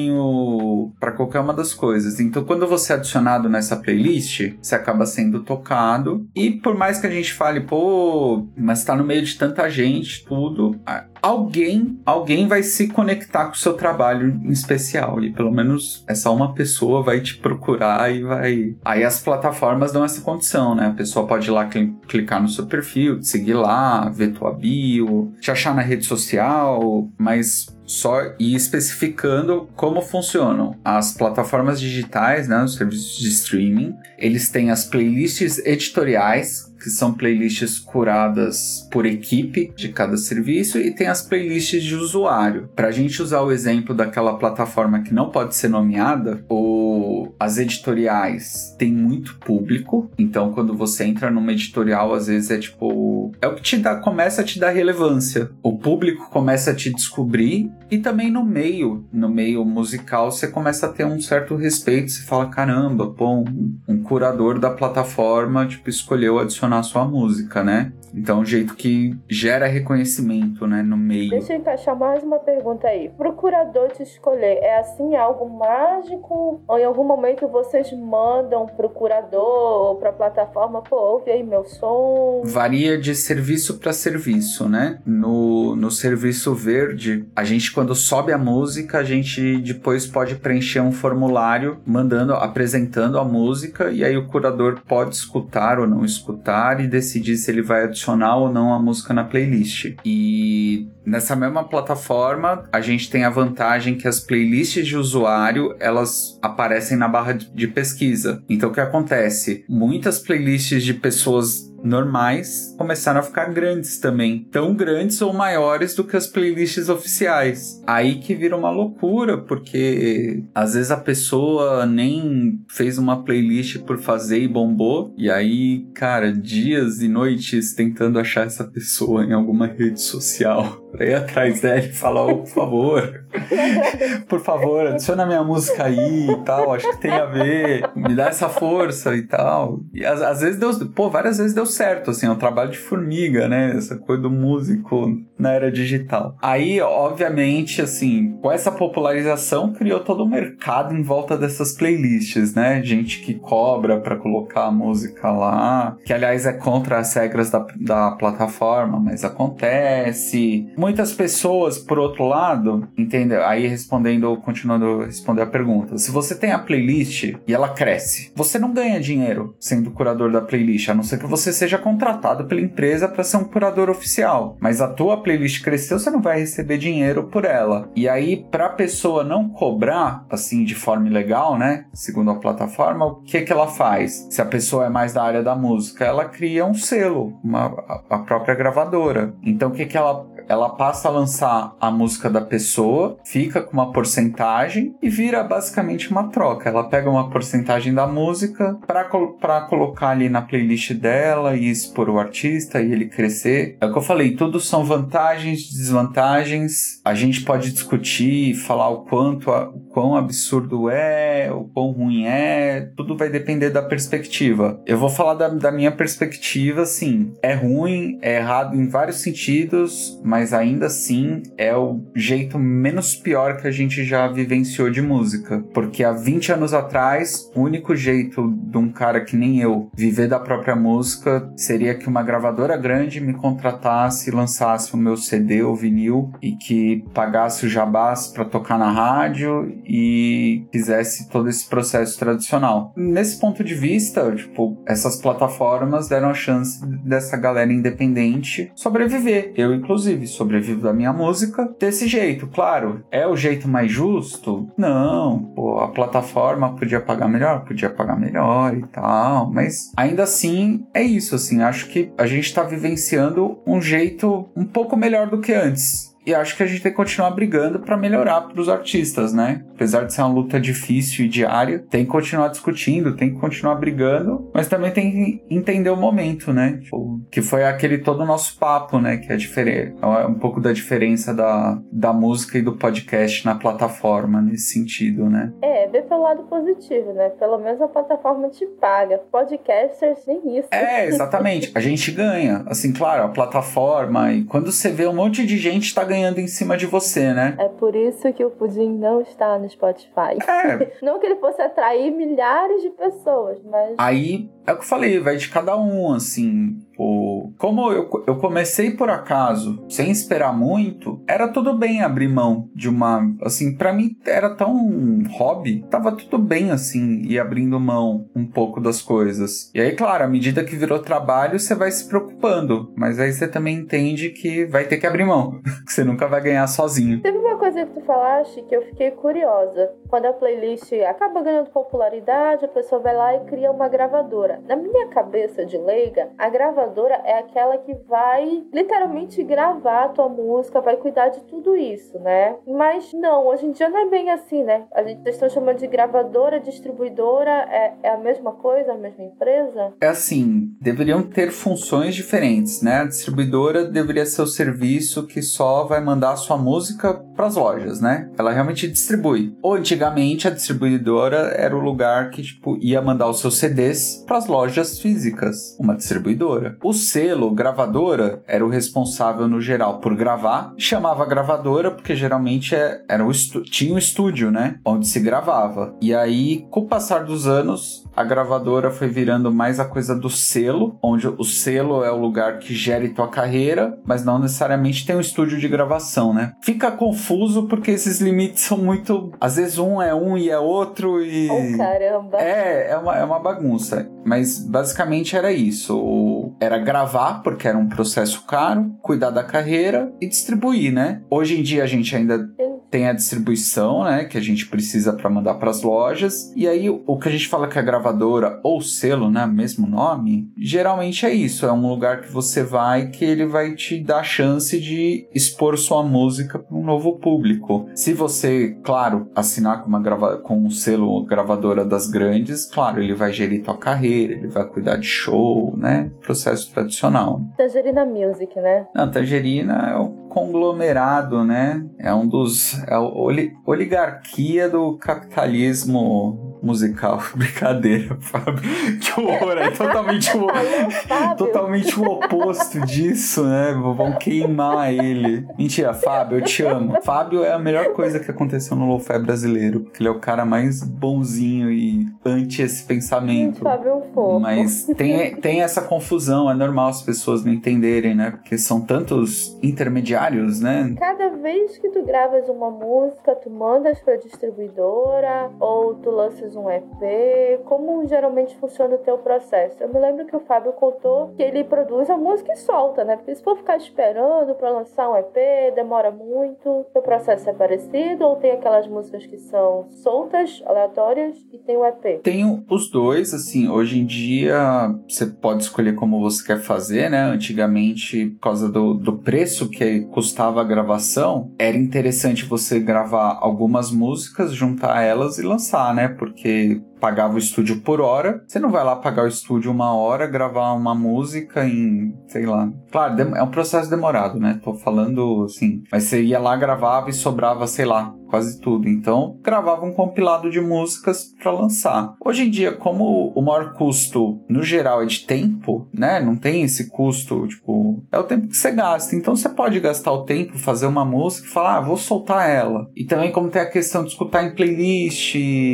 banho, para qualquer uma das coisas. Então, quando você é adicionado nessa playlist, você acaba sendo tocado. E por mais que a gente fale, pô, mas tá no meio de tanta gente, tudo, alguém, alguém vai se conectar com o seu trabalho em especial. E pelo menos essa uma pessoa vai te procurar e vai... Aí as plataformas dão essa condição, né? A pessoa pode ir lá cl- clicar no seu perfil, te seguir lá, ver tua bio, te achar na rede social, mas... só ir especificando como funcionam as plataformas digitais, né, os serviços de streaming. Eles têm as playlists editoriais, que são playlists curadas por equipe de cada serviço, e tem as playlists de usuário. Para a gente usar o exemplo daquela plataforma que não pode ser nomeada, o... as editoriais têm muito público, então quando você entra numa editorial, às vezes é tipo... é o que te dá, começa a te dar relevância. O público começa a te descobrir. E também no meio, no meio musical, você começa a ter um certo respeito. Você fala, caramba, pô, um, um curador da plataforma, tipo, escolheu adicionar sua música, né? Então, é um jeito que gera reconhecimento, né, no meio.
Deixa eu encaixar mais uma pergunta aí. Pro curador te escolher, é assim algo mágico? Ou em algum momento vocês mandam pro curador ou pra plataforma, pô, ouve aí meu som?
Varia de serviço para serviço, né? No, no serviço verde, a gente, quando sobe a música, a gente depois pode preencher um formulário mandando, apresentando a música, e aí o curador pode escutar ou não escutar e decidir se ele vai adicionar ou não a música na playlist. E nessa mesma plataforma, a gente tem a vantagem que as playlists de usuário, elas aparecem na barra de pesquisa. Então, o que acontece? Muitas playlists de pessoas normais começaram a ficar grandes também, tão grandes ou maiores do que as playlists oficiais. Aí que vira uma loucura, porque às vezes a pessoa nem fez uma playlist por fazer e bombou, e aí, cara, dias e noites tentando achar essa pessoa em alguma rede social pra ir atrás dela e falar, oh, por favor, por favor, adiciona minha música aí e tal, acho que tem a ver, me dá essa força e tal. E às, às vezes deu, pô, várias vezes deu certo, assim, é um trabalho de formiga, né, essa coisa do músico na era digital. Aí, obviamente, assim, com essa popularização, criou todo um mercado em volta dessas playlists, né, gente que cobra pra colocar a música lá, que aliás é contra as regras da, da plataforma, mas acontece. Muitas pessoas, por outro lado, entendeu? Aí respondendo, continuando a responder a pergunta, se você tem a playlist e ela cresce, você não ganha dinheiro sendo curador da playlist, a não ser que você seja contratado pela empresa para ser um curador oficial, mas a tua playlist cresceu, você não vai receber dinheiro por ela. E aí, para a pessoa não cobrar, assim, de forma ilegal, né, segundo a plataforma, o que que ela faz? Se a pessoa é mais da área da música, ela cria um selo, uma, a própria gravadora. Então, o que que ela... ela passa a lançar a música da pessoa, fica com uma porcentagem e vira basicamente uma troca. Ela pega uma porcentagem da música para col- para colocar ali na playlist dela e expor o artista e ele crescer. É o que eu falei, tudo são vantagens vantagens, desvantagens. A gente pode discutir, falar o quanto, o quão absurdo é, o quão ruim é. Tudo vai depender da perspectiva. Eu vou falar da, da minha perspectiva, assim. É ruim, é errado em vários sentidos, mas ainda assim é o jeito menos pior que a gente já vivenciou de música. Porque há vinte anos atrás, o único jeito de um cara que nem eu viver da própria música seria que uma gravadora grande me contratasse, lançasse o meu C D ou vinil e que pagasse o jabás para tocar na rádio e fizesse todo esse processo tradicional. Nesse ponto de vista, tipo, essas plataformas deram a chance dessa galera independente sobreviver. Eu, inclusive, sobrevivo da minha música desse jeito. Claro, é o jeito mais justo? Não. Pô, a plataforma podia pagar melhor? Podia pagar melhor e tal, mas ainda assim é isso, assim, acho que a gente tá vivenciando um jeito um pouco melhor do que antes. E acho que a gente tem que continuar brigando para melhorar para os artistas, né? Apesar de ser uma luta difícil e diária, tem que continuar discutindo, tem que continuar brigando, mas também tem que entender o momento, né? Que foi aquele todo o nosso papo, né? Que é diferente, é um pouco da diferença da, da música e do podcast na plataforma, nesse sentido, né?
É, vê pelo lado positivo, né? Pelo menos a plataforma te paga. Podcasters, nem isso.
É, exatamente. A gente ganha. Assim, claro, a plataforma, e quando você vê um monte de gente tá ganhando em cima de você, né?
É por isso que o Pudim não está no Spotify.
É.
Não que ele fosse atrair milhares de pessoas, mas...
Aí, é o que eu falei, vai de cada um, assim... Pô, como eu, eu comecei por acaso, sem esperar muito, era tudo bem abrir mão de uma... Assim, pra mim era tão um hobby, tava tudo bem, assim, ir abrindo mão um pouco das coisas. E aí, claro, à medida que virou trabalho, você vai se preocupando. Mas aí você também entende que vai ter que abrir mão. Que você nunca vai ganhar sozinho.
Teve uma coisa que tu falaste que eu fiquei curiosa. Quando a playlist acaba ganhando popularidade, a pessoa vai lá e cria uma gravadora. Na minha cabeça de leiga, a gravadora é aquela que vai literalmente gravar a tua música, vai cuidar de tudo isso, né? Mas não, hoje em dia não é bem assim, né? A gente estão chamando de gravadora, distribuidora, é, é a mesma coisa, a mesma empresa?
É assim, deveriam ter funções diferentes, né? A distribuidora deveria ser o serviço que só vai mandar a sua música para as lojas, né? Ela realmente distribui. Ou antigamente a distribuidora era o lugar que tipo ia mandar os seus C Ds para as lojas físicas, uma distribuidora. O selo, gravadora, era o responsável no geral por gravar. Chamava gravadora porque geralmente é, era o estu- tinha um estúdio, né? Onde se gravava. E aí, com o passar dos anos, a gravadora foi virando mais a coisa do selo, onde o selo é o lugar que gere tua carreira, mas não necessariamente tem um estúdio de gravação, né? Fica confuso porque esses limites são muito... Às vezes um é um e é outro e...
Oh, caramba!
É, é uma, é uma bagunça. Mas basicamente era isso. O... Era gravar, porque era um processo caro, cuidar da carreira e distribuir, né? Hoje em dia a gente ainda tem a distribuição, né? Que a gente precisa para mandar para as lojas. E aí o que a gente fala que é gravadora ou selo, né? Mesmo nome, geralmente é isso. É um lugar que você vai que ele vai te dar a chance de expor sua música para um novo público. Se você, claro, assinar com, uma grava... com um selo gravadora das grandes, claro, ele vai gerir tua carreira, ele vai cuidar de show, né? Processo tradicional.
Tangerina Music, né?
Não, Tangerina é o conglomerado, né? É um dos... É a oli, oligarquia do capitalismo musical. Brincadeira, Fábio. Que horror, é totalmente o, totalmente o oposto disso, né? Vão queimar ele. Mentira, Fábio, eu te amo. Fábio é a melhor coisa que aconteceu no lo-fi brasileiro, porque ele é o cara mais bonzinho e anti esse pensamento.
Fábio é um fofo.
Mas tem, tem essa confusão, é normal as pessoas não entenderem, né? Porque são tantos intermediários, né?
Cada vez que tu gravas uma música, tu mandas pra distribuidora ou tu lanças um E P, como geralmente funciona o teu processo? Eu me lembro que o Fábio contou que ele produz a música e solta, né? Porque se for ficar esperando pra lançar um E P, demora muito. O teu processo é parecido ou tem aquelas músicas que são soltas, aleatórias, e tem o E P?
Tenho os dois, assim, hoje em dia você pode escolher como você quer fazer, né? Antigamente, por causa do, do preço que custava a gravação, era interessante você gravar algumas músicas, juntar elas e lançar, né? Porque pagava o estúdio por hora. Você não vai lá pagar o estúdio uma hora, gravar uma música em, sei lá... Claro, é um processo demorado, né? Tô falando assim... Mas você ia lá, gravava e sobrava, sei lá, quase tudo. Então, gravava um compilado de músicas para lançar. Hoje em dia, como o maior custo, no geral, é de tempo, né? Não tem esse custo, tipo... É o tempo que você gasta. Então, você pode gastar o tempo, fazer uma música e falar, ah, vou soltar ela. E também, como tem a questão de escutar em playlist,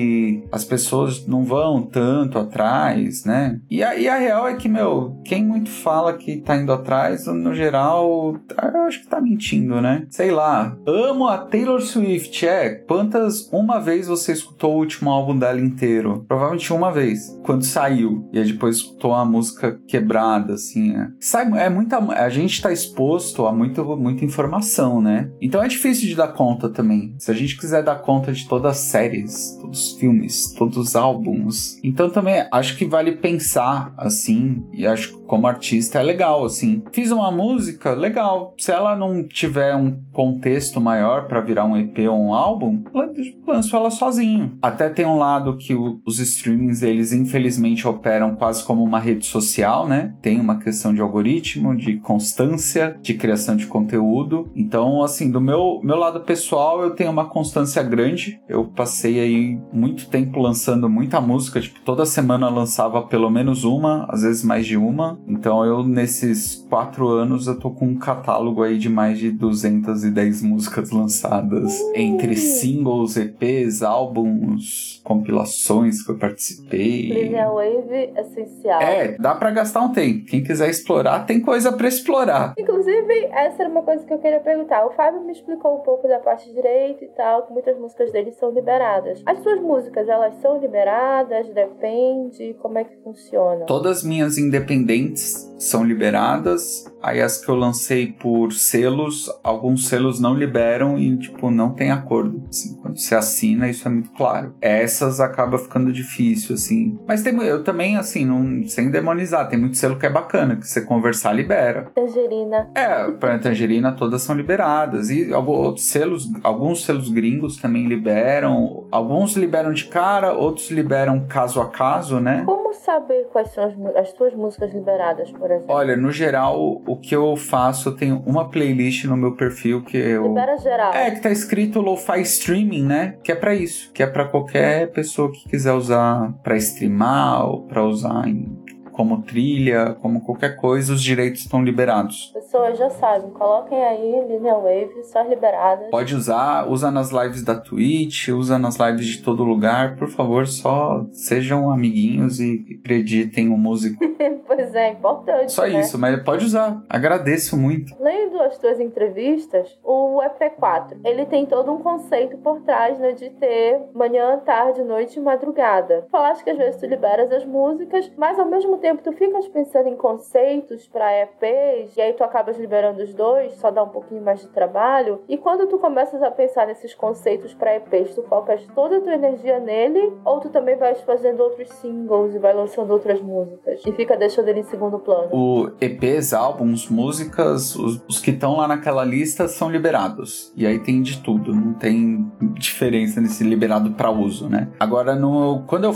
as pessoas não vão tanto atrás, né? E a, e a real é que, meu, quem muito fala que tá indo atrás, no geral, eu acho que tá mentindo, né? Sei lá. Amo a Taylor Swift. É, quantas uma vez você escutou o último álbum dela inteiro? Provavelmente uma vez, quando saiu. E aí depois escutou a música quebrada, assim. É, Sai, é muita, a gente tá exposto a muito, muita informação, né? Então é difícil de dar conta também. Se a gente quiser dar conta de todas as séries, todos os filmes, todos os álbuns. Então também acho que vale pensar, assim, e acho que como artista é legal, assim. Fiz uma música, legal. Se ela não tiver um contexto maior pra virar um E P ou um álbum, lanço ela sozinho. Até tem um lado que o, os streamings, eles infelizmente operam quase como uma rede social, né? Tem uma questão de algoritmo, de constância, de criação de conteúdo. Então, assim, do meu, meu lado pessoal, eu tenho uma constância grande. Eu passei aí muito tempo lançando muita música, tipo, toda semana eu lançava pelo menos uma, às vezes mais de uma. Então, eu, nesses quatro anos, eu tô com um catálogo aí de mais de duzentas e dez músicas lançadas entre singles, E Ps, álbuns, compilações que eu participei.
Linear Wave essencial.
É, dá pra gastar um tempo. Quem quiser explorar, tem coisa pra explorar.
Inclusive, essa era uma coisa que eu queria perguntar. O Fábio me explicou um pouco da parte direita e tal, que muitas músicas dele são liberadas. As suas músicas, elas são liberadas? Depende? Como é que funciona?
Todas minhas independentes são liberadas. Aí as que eu lancei por selos, alguns selos não liberam e, tipo, não tem acordo. Assim, quando você assina, isso é muito claro. Essas acaba ficando difícil, assim. Mas tem, eu também, assim, não, sem demonizar, tem muito selo que é bacana, que você conversar, libera.
Tangerina.
É, para Tangerina todas são liberadas. E alguns selos, alguns selos gringos também liberam. Alguns liberam de cara, outros liberam caso a caso, né?
Como saber quais são as, as tuas músicas liberadas, por exemplo?
Olha, no geral, o que eu faço, eu tenho uma playlist no meu perfil que eu...
Libera geral.
É, que tá escrito Lo-Fi Streaming, né? Que é pra isso. Que é pra qualquer pessoa que quiser usar pra streamar ou pra usar em... como trilha, como qualquer coisa, os direitos estão liberados.
Pessoas já sabem, coloquem aí Linear Wave, só liberadas.
Pode usar, usa nas lives da Twitch, usa nas lives de todo lugar, por favor, só sejam amiguinhos e acreditem o músico.
Pois é, importante,
Só
né?
isso, mas pode usar, agradeço muito.
Lendo as tuas entrevistas, o E P quatro, ele tem todo um conceito por trás, né, de ter manhã, tarde, noite e madrugada. Falaste que às vezes tu liberas as músicas, mas ao mesmo tempo tu ficas pensando em conceitos para E Ps, e aí tu acabas liberando os dois, só dá um pouquinho mais de trabalho. E quando tu começas a pensar nesses conceitos para E Ps, tu focas toda a tua energia nele, ou tu também vais fazendo outros singles e vai lançando outras músicas e fica deixando ele em segundo plano?
O E Ps, álbuns, músicas, os, os que estão lá naquela lista são liberados. E aí tem de tudo, não tem diferença nesse liberado para uso, né? Agora, no, quando eu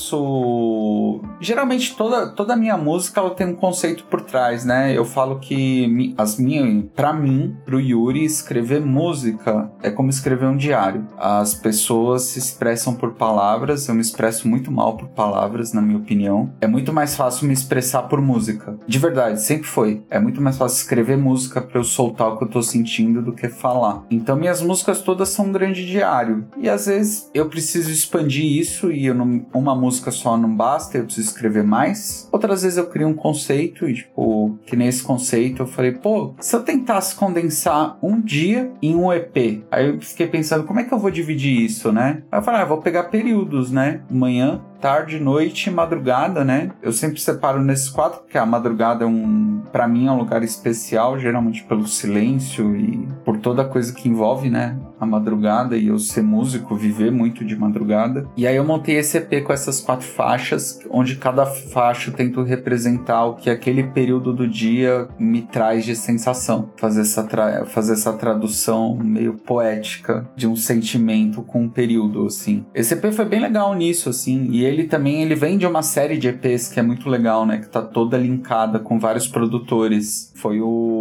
faço... Geralmente toda, toda a minha música ela tem um conceito por trás, né? Eu falo que as minhas, pra mim, pro Yuri, escrever música é como escrever um diário. As pessoas se expressam por palavras, eu me expresso muito mal por palavras, na minha opinião. É muito mais fácil me expressar por música. De verdade, sempre foi. É muito mais fácil escrever música pra eu soltar o que eu tô sentindo do que falar. Então minhas músicas todas são um grande diário. E às vezes eu preciso expandir isso e eu não, uma música só não basta, eu preciso escrever mais. Outras vezes eu crio um conceito e, tipo, que nesse conceito eu falei, pô, se eu tentasse condensar um dia em um E P, aí eu fiquei pensando, como é que eu vou dividir isso, né? Aí eu falei, ah, eu vou pegar períodos, né? Manhã, tarde, noite e madrugada, né? Eu sempre separo nesses quatro, porque a madrugada é um... Pra mim é um lugar especial, geralmente pelo silêncio e por toda a coisa que envolve, né? A madrugada e eu ser músico, viver muito de madrugada. E aí eu montei esse E P com essas quatro faixas, onde cada faixa eu tento representar o que aquele período do dia me traz de sensação. Fazer essa, tra... fazer essa tradução meio poética de um sentimento com um período, assim. Esse E P foi bem legal nisso, assim, e ele ele também, ele vem de uma série de E Pês que é muito legal, né? Que tá toda linkada com vários produtores. Foi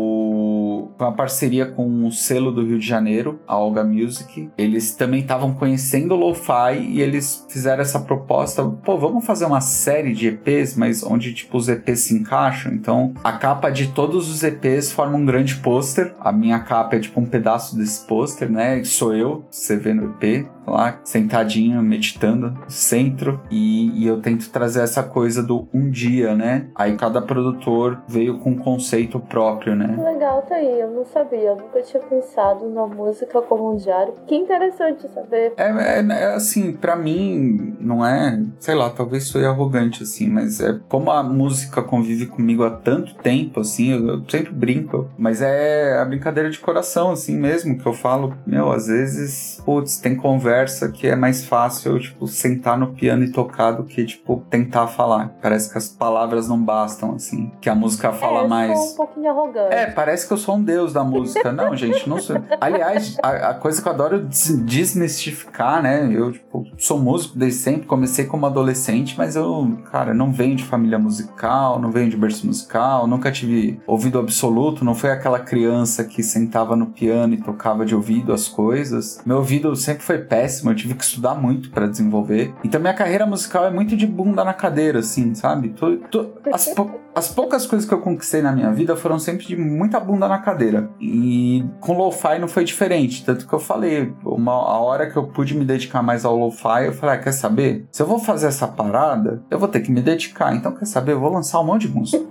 o... Foi uma parceria com o selo do Rio de Janeiro, a Olga Music. Eles também estavam conhecendo o lo-fi e eles fizeram essa proposta. Pô, vamos fazer uma série de E Pês, mas onde, tipo, os E Pês se encaixam. Então, a capa de todos os E Pês forma um grande pôster. A minha capa é, tipo, um pedaço desse pôster, né? Sou eu, você vê no E P, lá, sentadinho, meditando no centro. E, e eu tento trazer essa coisa do um dia, né? Aí cada produtor veio com um conceito próprio, né?
Legal, tá aí. Eu não sabia. Eu nunca tinha pensado na música como um diário. Que interessante saber.
É, é, é assim, pra mim, não é... Sei lá, talvez sou arrogante, assim, mas é como a música convive comigo há tanto tempo, assim, eu, eu sempre brinco. Mas é a brincadeira de coração, assim mesmo, que eu falo, meu, às vezes, putz, tem conversa que é mais fácil eu, tipo, sentar no piano e tocar do que, tipo, tentar falar. Parece que as palavras não bastam, assim, que a música fala
é,
mais...
Eu sou um pouquinho arrogante.
É, parece que eu sou um deus da música. Não, gente, não sou. Aliás, a, a coisa que eu adoro desmistificar, né? Eu, tipo, sou músico desde sempre, comecei como adolescente, mas eu, cara, não venho de família musical, não venho de berço musical, nunca tive ouvido absoluto, não fui aquela criança que sentava no piano e tocava de ouvido as coisas. Meu ouvido sempre foi péssimo, eu tive que estudar muito pra desenvolver. Então minha carreira musical é muito de bunda na cadeira, assim, sabe? Tô, tô, as, pou, as poucas coisas que eu conquistei na minha vida foram sempre de muita bunda na cadeira. E com lo-fi não foi diferente, tanto que eu falei, uma, a hora que eu pude me dedicar mais ao lo-fi, eu falei, ah, quer saber? Se eu vou fazer essa parada, eu vou ter que me dedicar, então quer saber? Eu vou lançar um monte de música.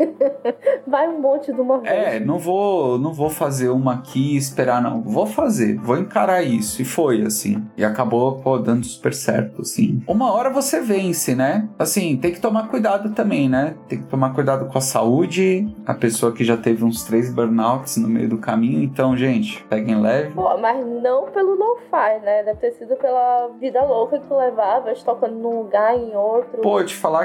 Vai um monte de uma vez.
É, não vou, não vou fazer uma aqui e esperar, não. Vou fazer, vou encarar isso. E foi, assim. E acabou, pô, dando super certo, assim. Uma hora você vence, né? Assim, tem que tomar cuidado também, né? Tem que tomar cuidado com a saúde. A pessoa que já teve uns três burnouts no meio do caminho. Então, gente, peguem leve.
Pô, mas não pelo lo-fi, né? Deve ter sido pela vida louca que tu levavas, tocando num lugar, em outro.
Pô, te falar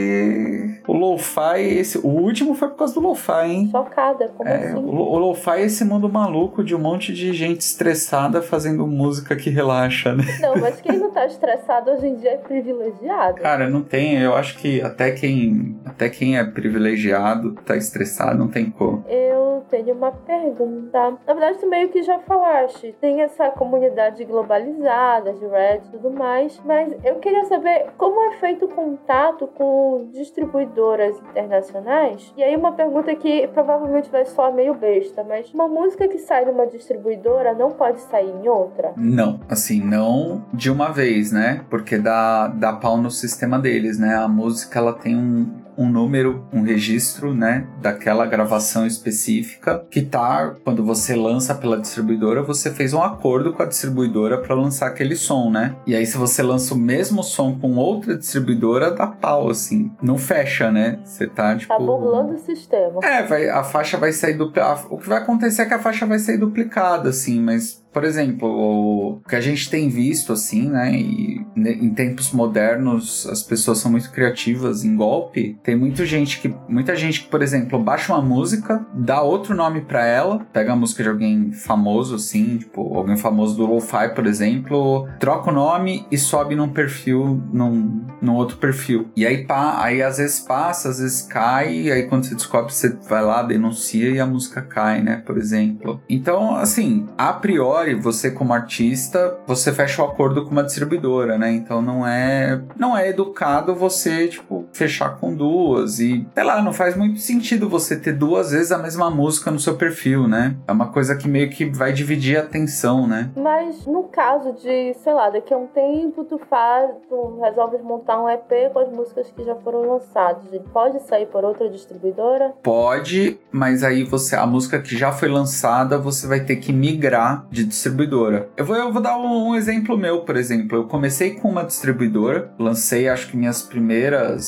que o lo-fi, esse, o último foi por causa do lo-fi, hein?
Chocada, como
é,
assim?
O, o lo-fi é esse mundo maluco de um monte de gente estressada fazendo música que relaxa, né?
Não, mas quem não tá estressado hoje em dia é privilegiado.
Cara, não tem, eu acho que até quem, até quem é privilegiado tá estressado, não tem como.
Eu tenho uma pergunta. Na verdade, tu meio que já falaste. Tem essa comunidade globalizada de Red e tudo mais, mas eu queria saber como é feito o contato com distribuidoras internacionais. E aí uma pergunta que provavelmente vai soar meio besta, mas uma música que sai numa distribuidora não pode sair em outra?
Não, assim, não de uma vez, né? Porque dá, dá pau no sistema deles, né? A música, ela tem um... um número, um registro, né, daquela gravação específica que tá, quando você lança pela distribuidora, você fez um acordo com a distribuidora para lançar aquele som, né? E aí se você lança o mesmo som com outra distribuidora, dá pau, assim, não fecha, né? Você tá, tipo...
Tá burlando o sistema.
É, vai, a faixa vai sair do... O que vai acontecer é que a faixa vai sair duplicada, assim, mas... Por exemplo, o que a gente tem visto, assim, né, e em tempos modernos as pessoas são muito criativas em golpe. Tem muita gente que, muita gente que, por exemplo, baixa uma música, dá outro nome pra ela, pega a música de alguém famoso, assim, tipo, alguém famoso do lo-fi, por exemplo, troca o nome e sobe num perfil, num, num outro perfil. E aí, pá, aí às vezes passa, às vezes cai, e aí quando você descobre, você vai lá, denuncia e a música cai, né, por exemplo. Então, assim, a priori, você como artista, você fecha o acordo com uma distribuidora, né? Então não é não é educado você, tipo, fechar com duas e, sei lá, não faz muito sentido você ter duas vezes a mesma música no seu perfil, né? É uma coisa que meio que vai dividir a atenção, né?
Mas no caso de, sei lá, daqui a um tempo tu faz, tu resolves montar um E P com as músicas que já foram lançadas, ele pode sair por outra distribuidora?
Pode, mas aí você, a música que já foi lançada, você vai ter que migrar de distribuidora. Eu vou, eu vou dar um, um exemplo meu, por exemplo. Eu comecei com uma distribuidora, lancei acho que minhas primeiras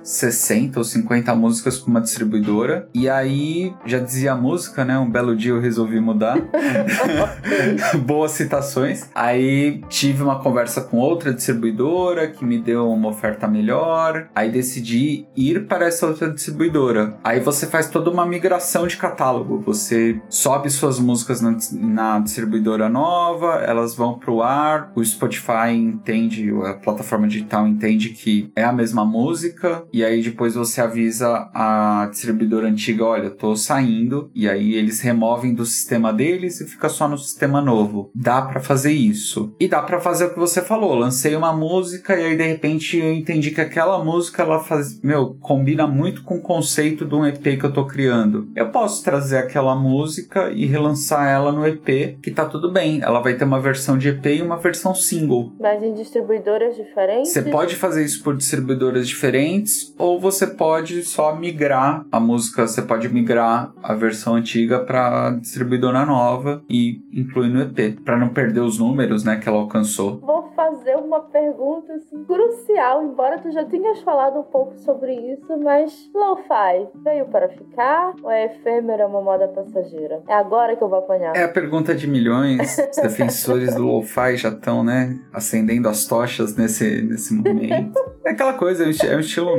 sessenta ou cinquenta músicas com uma distribuidora. E aí, já dizia a música, né? Um belo dia eu resolvi mudar. Boas citações. Aí tive uma conversa com outra distribuidora que me deu uma oferta melhor. Aí decidi ir para essa outra distribuidora. Aí você faz toda uma migração de catálogo. Você sobe suas músicas na, na distribuidora nova, elas vão pro ar, o Spotify entende, a plataforma digital entende que é a mesma música, e aí depois você avisa a distribuidora antiga, olha, tô saindo, e aí eles removem do sistema deles e fica só no sistema novo. Dá pra fazer isso. E dá pra fazer o que você falou, lancei uma música e aí de repente eu entendi que aquela música, ela faz, meu, combina muito com o conceito de um E P que eu tô criando. Eu posso trazer aquela música e relançar ela no E P, que tá tudo bem. Ela vai ter uma versão de E P e uma versão single.
Mas em distribuidoras diferentes?
Você pode fazer isso por distribuidoras diferentes, ou você pode só migrar a música, você pode migrar a versão antiga pra distribuidora nova e incluir no E P, pra não perder os números, né, que ela alcançou.
Vou fazer uma pergunta assim, crucial, embora tu já tenhas falado um pouco sobre isso, mas lo-fi veio para ficar ou é efêmero, é uma moda passageira? É agora que eu vou apanhar.
É a pergunta de milhões. Os defensores do lo-fi já estão, né, acendendo as tochas nesse, nesse momento. É aquela coisa, é um estilo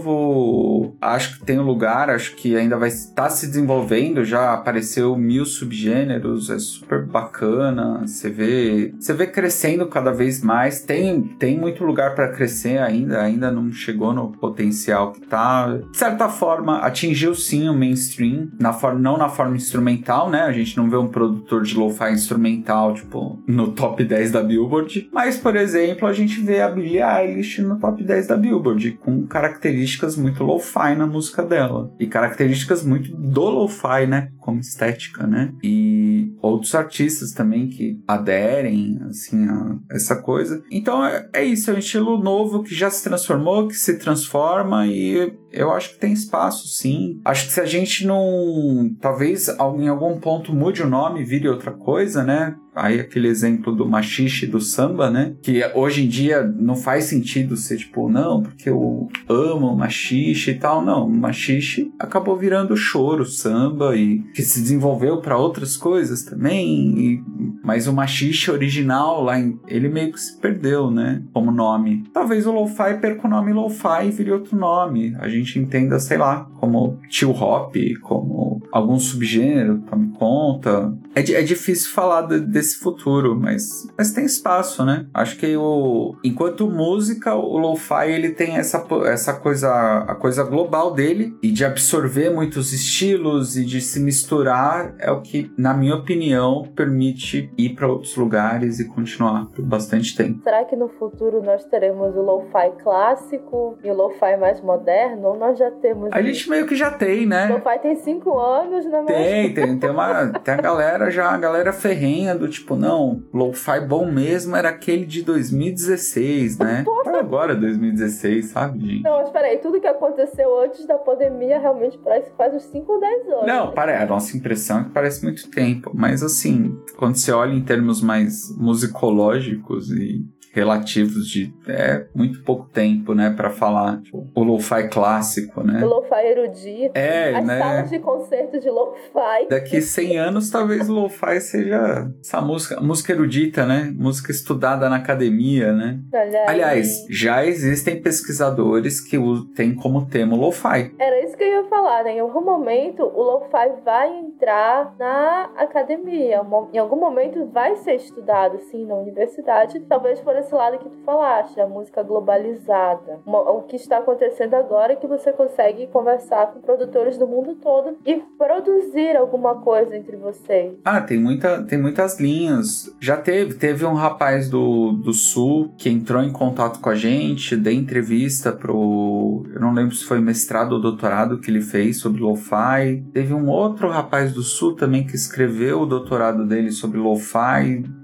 novo, acho que tem um lugar, acho que ainda vai estar se desenvolvendo, já apareceu mil subgêneros, é super bacana, você vê, você vê crescendo cada vez mais, tem, tem muito lugar para crescer ainda, ainda não chegou no potencial que tá, de certa forma, atingiu sim o mainstream, na forma, não na forma instrumental, né, a gente não vê um produtor de lo-fi instrumental, tipo, no top dez da Billboard, mas, por exemplo, a gente vê a Billie Eilish no top dez da Billboard, com características muito lo-fi na música dela, e características muito do lo-fi, né, como estética, né, e outros artistas também que aderem, assim, a essa coisa. Então, é, é isso, é um estilo novo que já se transformou, que se transforma, e eu acho que tem espaço, sim. Acho que se a gente não, talvez em algum ponto mude o nome, vire outra coisa, né, aí aquele exemplo do machixe do samba, né? Que hoje em dia não faz sentido ser tipo, não, porque eu amo machixe e tal. Não, machixe acabou virando choro, samba, e que se desenvolveu para outras coisas também. E, mas o machixe original lá, em, ele meio que se perdeu, né? Como nome. Talvez o lo-fi perca o nome lo-fi e vire outro nome. A gente entenda, sei lá, como chill hop, como algum subgênero, tome conta. É, é difícil falar de, desse futuro, mas, mas tem espaço, né? Acho que o, enquanto música, o lo-fi ele tem essa, essa coisa, a coisa global dele, e de absorver muitos estilos e de se misturar é o que, na minha opinião, permite ir para outros lugares e continuar por bastante tempo.
Será que no futuro nós teremos o lo-fi clássico e o lo-fi mais moderno? Ou nós já temos?
A gente meio que já tem, né?
O lo-fi tem cinco anos, né?
Tem, tem, tem uma, tem a galera já, a galera ferrenha do tipo, não, lo-fi bom mesmo era aquele de dois mil e dezesseis, né? Para agora dois mil e dezesseis, sabe, gente?
Não, mas peraí, tudo que aconteceu antes da pandemia realmente parece que faz uns cinco ou dez anos.
Não, para, a nossa impressão é que parece muito tempo, mas assim, quando você olha em termos mais musicológicos e relativos de é, muito pouco tempo, né, pra falar tipo, o lo-fi clássico, né?
O lo-fi erudito.
É,
as
né?
salas de concerto de lo-fi.
Daqui cem anos, talvez o lo-fi seja essa música, música erudita, né? Música estudada na academia, né?
Olha
Aliás,
aí.
já existem pesquisadores que têm como tema o lo-fi.
Era isso que eu ia falar, né? Em algum momento, o lo-fi vai entrar na academia. Em algum momento vai ser estudado, sim, na universidade. Talvez por esse lado que tu falaste, a música globalizada. O que está acontecendo agora é que você consegue conversar com produtores do mundo todo e produzir alguma coisa entre vocês.
Ah, tem, muita, tem muitas linhas. Já teve, teve um rapaz do, do Sul que entrou em contato com a gente, deu entrevista pro... Eu não lembro se foi mestrado ou doutorado que ele fez sobre lo-fi. Teve um outro rapaz do Sul também que escreveu o doutorado dele sobre lo-fi.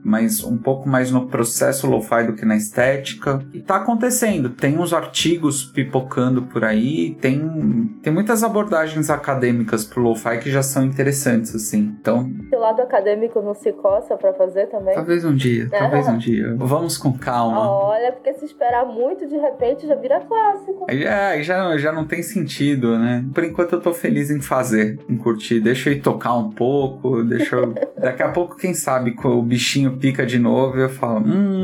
mas um pouco mais no processo lo-fi do que na estética. E tá acontecendo, tem uns artigos pipocando por aí, tem, tem muitas abordagens acadêmicas pro lo-fi que já são interessantes, assim. Então...
Seu lado acadêmico não se coça pra fazer também?
Talvez um dia, talvez um dia. Vamos com calma.
Olha, porque se esperar muito, de repente já vira clássico.
Aí já, já, já não tem sentido, né? Por enquanto eu tô feliz em fazer, em curtir. Deixa eu ir tocar um pouco, deixa eu... Daqui a pouco, quem sabe, o bichinho pica de novo e eu falo,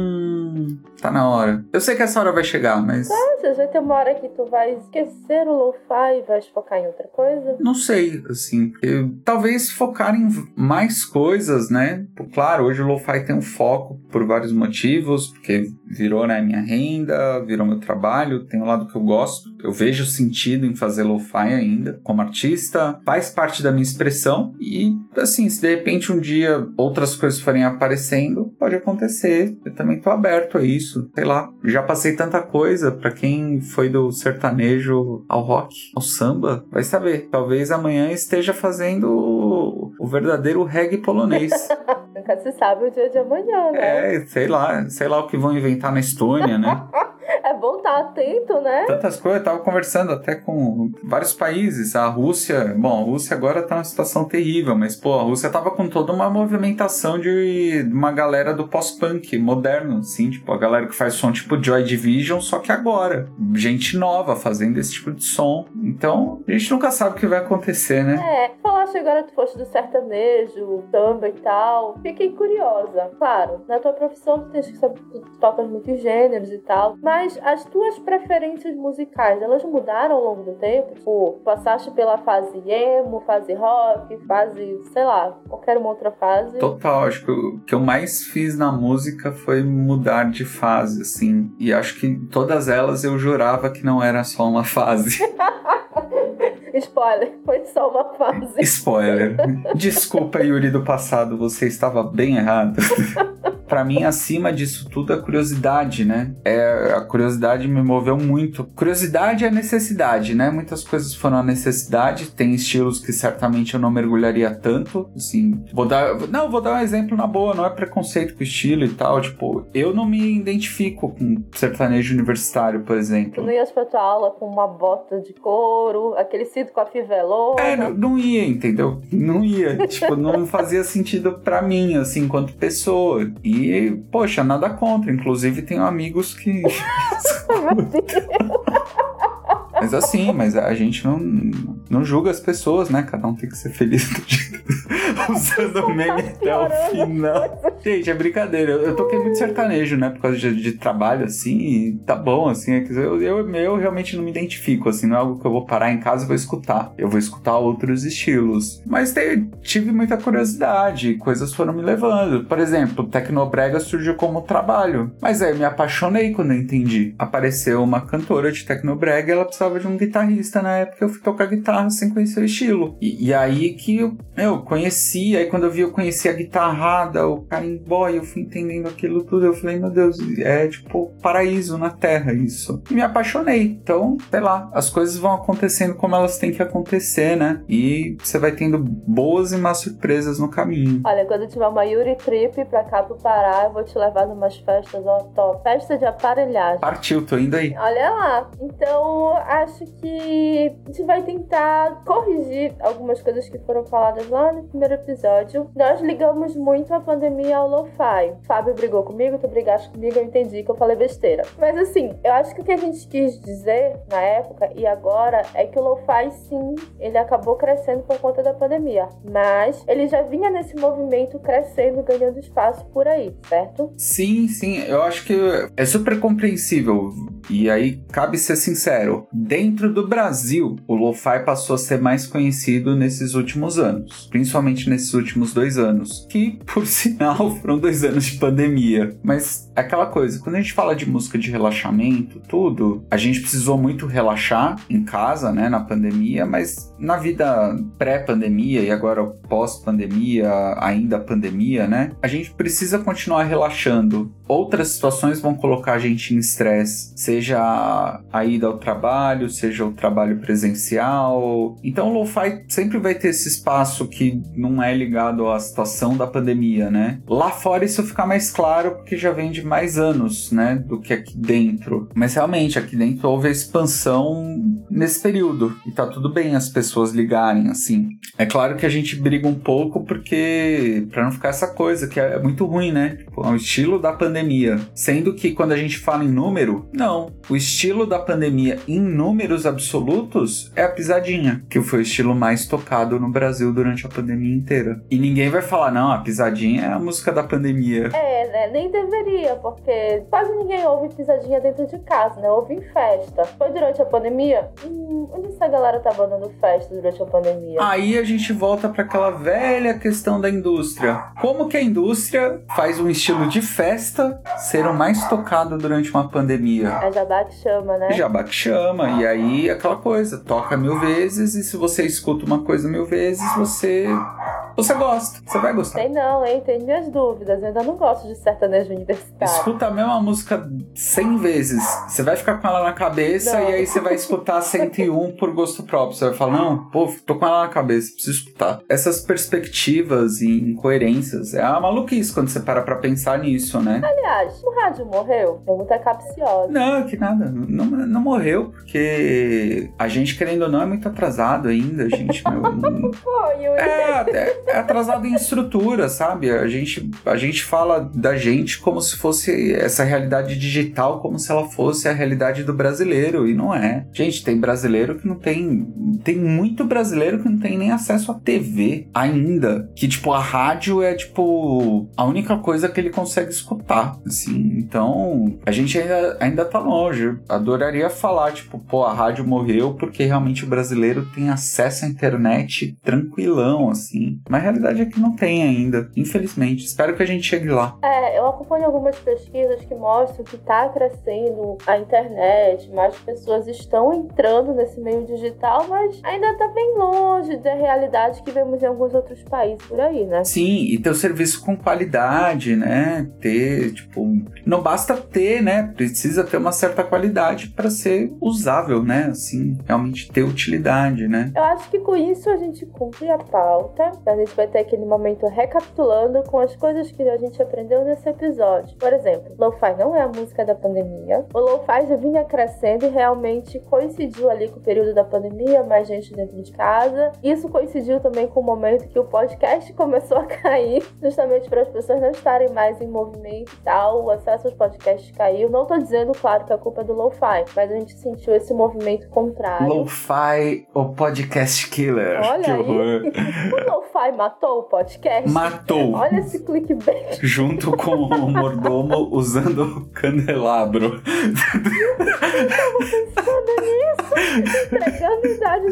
hum, tá na hora. Eu sei que essa hora vai chegar, mas...
Nossa, vai ter uma hora que tu vai esquecer o lo-fi e vai focar em outra coisa?
Não sei, assim, eu, talvez focar em mais coisas, né? Claro, hoje o lo-fi tem um foco por vários motivos, porque virou, né, minha renda, virou meu trabalho, tem um lado que eu gosto, eu vejo sentido em fazer lo-fi ainda, como artista, faz parte da minha expressão e, assim, se de repente um dia outras coisas forem aparecendo, pode acontecer, eu também tô aberto a isso, sei lá, já passei tanta coisa, pra quem foi do sertanejo ao rock, ao samba, vai saber, talvez amanhã esteja fazendo o, o verdadeiro reggae polonês.
Nunca se sabe o dia de amanhã, né?
É, sei lá, sei lá o que vão inventar na Estônia, né?
É bom estar atento, né?
Tantas coisas, eu tava conversando até com vários países. A Rússia, bom, a Rússia agora tá numa situação terrível, mas, pô, a Rússia tava com toda uma movimentação de uma galera do pós-punk moderno, assim, tipo, a galera que faz som tipo Joy Division, só que agora. Gente nova fazendo esse tipo de som. Então, a gente nunca sabe o que vai acontecer, né?
É, falaste agora que tu foste do sertanejo, samba e tal. Fiquei curiosa. Claro, na tua profissão tu tens que saber que tu tocas muitos gêneros e tal, mas as tuas preferências musicais, elas mudaram ao longo do tempo? Tipo, passaste pela fase emo, fase rock, fase, sei lá, qualquer uma outra fase?
Total, acho que o que eu mais fiz na música foi mudar de fase, assim. E acho que todas elas eu jurava que não era só uma fase.
Spoiler, foi só uma fase.
Spoiler. Desculpa, Yuri do passado, você estava bem errado. Pra mim, acima disso tudo, a curiosidade, né? É, a curiosidade me moveu muito. Curiosidade é necessidade, né? Muitas coisas foram a necessidade. Tem estilos que certamente eu não mergulharia tanto. Assim, vou dar... Não, vou dar um exemplo na boa. Não é preconceito com estilo e tal. Tipo, eu não me identifico com sertanejo universitário, por exemplo.
Tu não ias pra tua aula com uma bota de couro, aquele cinto com a fivelona?
É, não, não ia, entendeu? Não ia. Tipo, não fazia sentido pra mim, assim, enquanto pessoa. E E, poxa, nada contra. Inclusive, tenho amigos que... Mas assim, mas a gente não, não julga as pessoas, né? Cada um tem que ser feliz do jeito. Usando o meme até o final. Gente, é brincadeira. Eu, eu toquei muito sertanejo, né? Por causa de, de trabalho, assim. E tá bom, assim. É que eu, eu, eu realmente não me identifico, assim. Não é algo que eu vou parar em casa e vou escutar. Eu vou escutar outros estilos. Mas te, tive muita curiosidade. Coisas foram me levando. Por exemplo, Tecnobrega surgiu como trabalho. Mas aí eu me apaixonei quando eu entendi. Apareceu uma cantora de Tecnobrega e ela precisava de um guitarrista. Na época eu fui tocar guitarra sem conhecer o estilo. E, e aí que eu, eu conheci, aí quando eu vi eu conheci a guitarrada, o carimbó, e eu fui entendendo aquilo tudo, eu falei, meu Deus, é tipo paraíso na terra isso. E me apaixonei. Então, sei lá, as coisas vão acontecendo como elas têm que acontecer, né? E você vai tendo boas e más surpresas no caminho.
Olha, quando tiver uma Yuri Trip pra cá pro Pará, eu vou te levar numas festas, ó, top. Festa de aparelhagem.
Partiu, tô indo aí.
Olha lá. Então, acho que a gente vai tentar corrigir algumas coisas que foram faladas lá no primeiro episódio. Nós ligamos muito a pandemia ao lo-fi. O Fábio brigou comigo, tu brigaste comigo, eu entendi que eu falei besteira. Mas assim, eu acho que o que a gente quis dizer na época e agora é que o lo-fi, sim, ele acabou crescendo por conta da pandemia. Mas ele já vinha nesse movimento crescendo, ganhando espaço por aí, certo?
Sim, sim. Eu acho que é super compreensível. E aí, cabe ser sincero. Dentro do Brasil, o lo-fi passou a ser mais conhecido nesses últimos anos. Principalmente nesses últimos dois anos. Que, por sinal, foram dois anos de pandemia. Mas é aquela coisa, quando a gente fala de música de relaxamento, tudo, a gente precisou muito relaxar em casa, né, na pandemia, mas na vida pré-pandemia e agora pós-pandemia, ainda pandemia, né, a gente precisa continuar relaxando. outras situações vão colocar a gente em estresse, seja a ida ao trabalho, seja o trabalho presencial. Então o lo-fi sempre vai ter esse espaço que não é ligado à situação da pandemia, né? Lá fora isso fica mais claro porque já vem de mais anos, né, do que aqui dentro. Mas realmente aqui dentro houve a expansão nesse período e tá tudo bem as pessoas ligarem, assim. É claro que a gente briga um pouco porque pra não ficar essa coisa que é muito ruim, né? Tipo, é o estilo da pandemia. Sendo que quando a gente fala em número, não. O estilo da pandemia em números absolutos é a pisadinha, que foi o estilo mais tocado no Brasil durante a pandemia inteira. E ninguém vai falar, não, a pisadinha é a música da pandemia.
É, né? Nem deveria, porque quase ninguém ouve pisadinha dentro de casa, né? Ouve em festa. Foi durante a pandemia? Hum, onde essa galera tava dando festa durante a pandemia?
Aí a gente volta para aquela velha questão da indústria. Como que a indústria faz um estilo de festa ser o mais tocado durante uma pandemia?
É jabá que chama, né?
Jabá que chama. E aí aquela coisa, toca mil vezes e se você escuta uma coisa mil vezes, você... Você gosta, você vai gostar.
Tem não, hein? Tem minhas dúvidas. Eu ainda não gosto de sertanejo universitário.
Escuta a mesma música cem vezes. Você vai ficar com ela na cabeça não. E aí você vai escutar cento e um por gosto próprio. Você vai falar, não, pô, tô com ela na cabeça, preciso escutar. Essas perspectivas e incoerências é uma maluquice quando você para pra pensar nisso, né?
Aliás, o rádio morreu? Pergunta capciosa.
Não, que nada. Não, não morreu, porque a gente, querendo ou não, é muito atrasado ainda. A gente, meu...
Pô, Yuri.
É, até... É atrasado em estrutura, sabe? A gente, a gente fala da gente como se fosse essa realidade digital, como se ela fosse a realidade do brasileiro, e não é. Gente, tem brasileiro que não tem... Tem muito brasileiro que não tem nem acesso à T V ainda. Que, tipo, a rádio é, tipo, a única coisa que ele consegue escutar, assim. Então, a gente ainda, ainda tá longe. Adoraria falar, tipo, pô, a rádio morreu porque realmente o brasileiro tem acesso à internet tranquilão, assim. Mas a realidade é que não tem ainda, infelizmente. Espero que a gente chegue lá.
É, eu acompanho algumas pesquisas que mostram que tá crescendo a internet, mais pessoas estão entrando nesse meio digital, mas ainda tá bem longe da realidade que vemos em alguns outros países por aí, né?
Sim, e ter o serviço com qualidade, né? Ter, tipo, não basta ter, né? Precisa ter uma certa qualidade para ser usável, né? Assim, realmente ter utilidade, né?
Eu acho que com isso a gente cumpre a pauta. A gente vai ter aquele momento recapitulando com as coisas que a gente aprendeu nesse episódio. Por exemplo, lo-fi não é a música da pandemia. O lo-fi já vinha crescendo e realmente coincidiu ali com o período da pandemia, mais gente dentro de casa. Isso coincidiu também com o momento que o podcast começou a cair, justamente para as pessoas não estarem mais em movimento e tal. O acesso aos podcasts caiu. Não tô dizendo, claro, que a culpa é do lo-fi, mas a gente sentiu esse movimento contrário.
Lo-fi, o podcast killer.
Olha
que
aí.
horror.
O lo-fi matou o podcast?
Matou.
Olha esse clickbait.
Junto com o mordomo usando o candelabro.
Eu tava pensando nisso. Entregando idade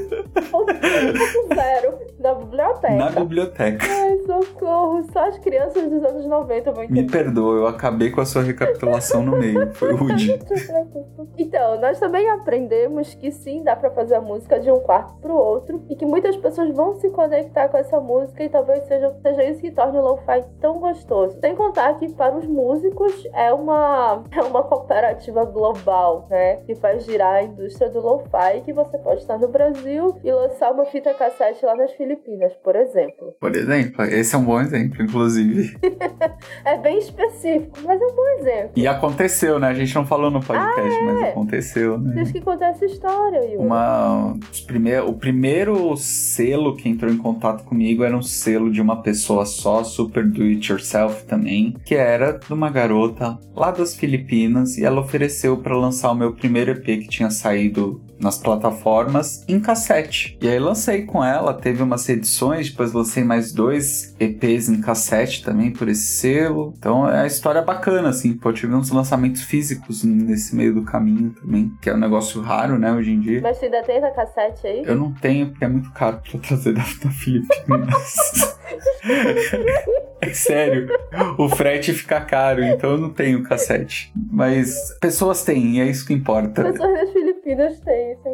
zero na biblioteca.
Na biblioteca.
Ai, socorro. Só as crianças dos anos noventa vão entender.
Me perdoa, eu acabei com a sua recapitulação no meio. Foi rude.
Então, nós também aprendemos que sim, dá pra fazer a música de um quarto pro outro e que muitas pessoas vão se conectar com essa música e talvez seja, seja isso que torne o lo-fi tão gostoso. Sem contar que para os músicos é uma, é uma cooperativa global, né? Que faz girar a indústria do lo-fi, que você pode estar no Brasil e lançar uma fita cassete lá nas Filipinas, por exemplo.
Por exemplo, esse é um bom exemplo, inclusive.
É bem específico, mas é um bom exemplo.
E aconteceu, né? A gente não falou no podcast, ah, é? Mas aconteceu, né?
Tens que contar essa história, Yuri.
Uma, os prime... O primeiro selo que entrou em contato comigo era um selo de uma pessoa só, super do it yourself também, que era de uma garota lá das Filipinas, e ela ofereceu para lançar o meu primeiro E P que tinha saído nas plataformas em cassete. E aí lancei com ela, teve umas edições, depois lancei mais dois E Ps em cassete também por esse selo. Então é a história bacana, assim, pô, tive uns lançamentos físicos nesse meio do caminho também, que é um negócio raro, né, hoje em dia.
Mas você ainda tem essa cassete aí?
Eu não tenho, porque é muito caro pra trazer da, da Filipinas. É sério, o frete fica caro, então eu não tenho cassete. Mas pessoas têm, e é isso que importa.
Pessoas das Filipinas têm, isso é importante.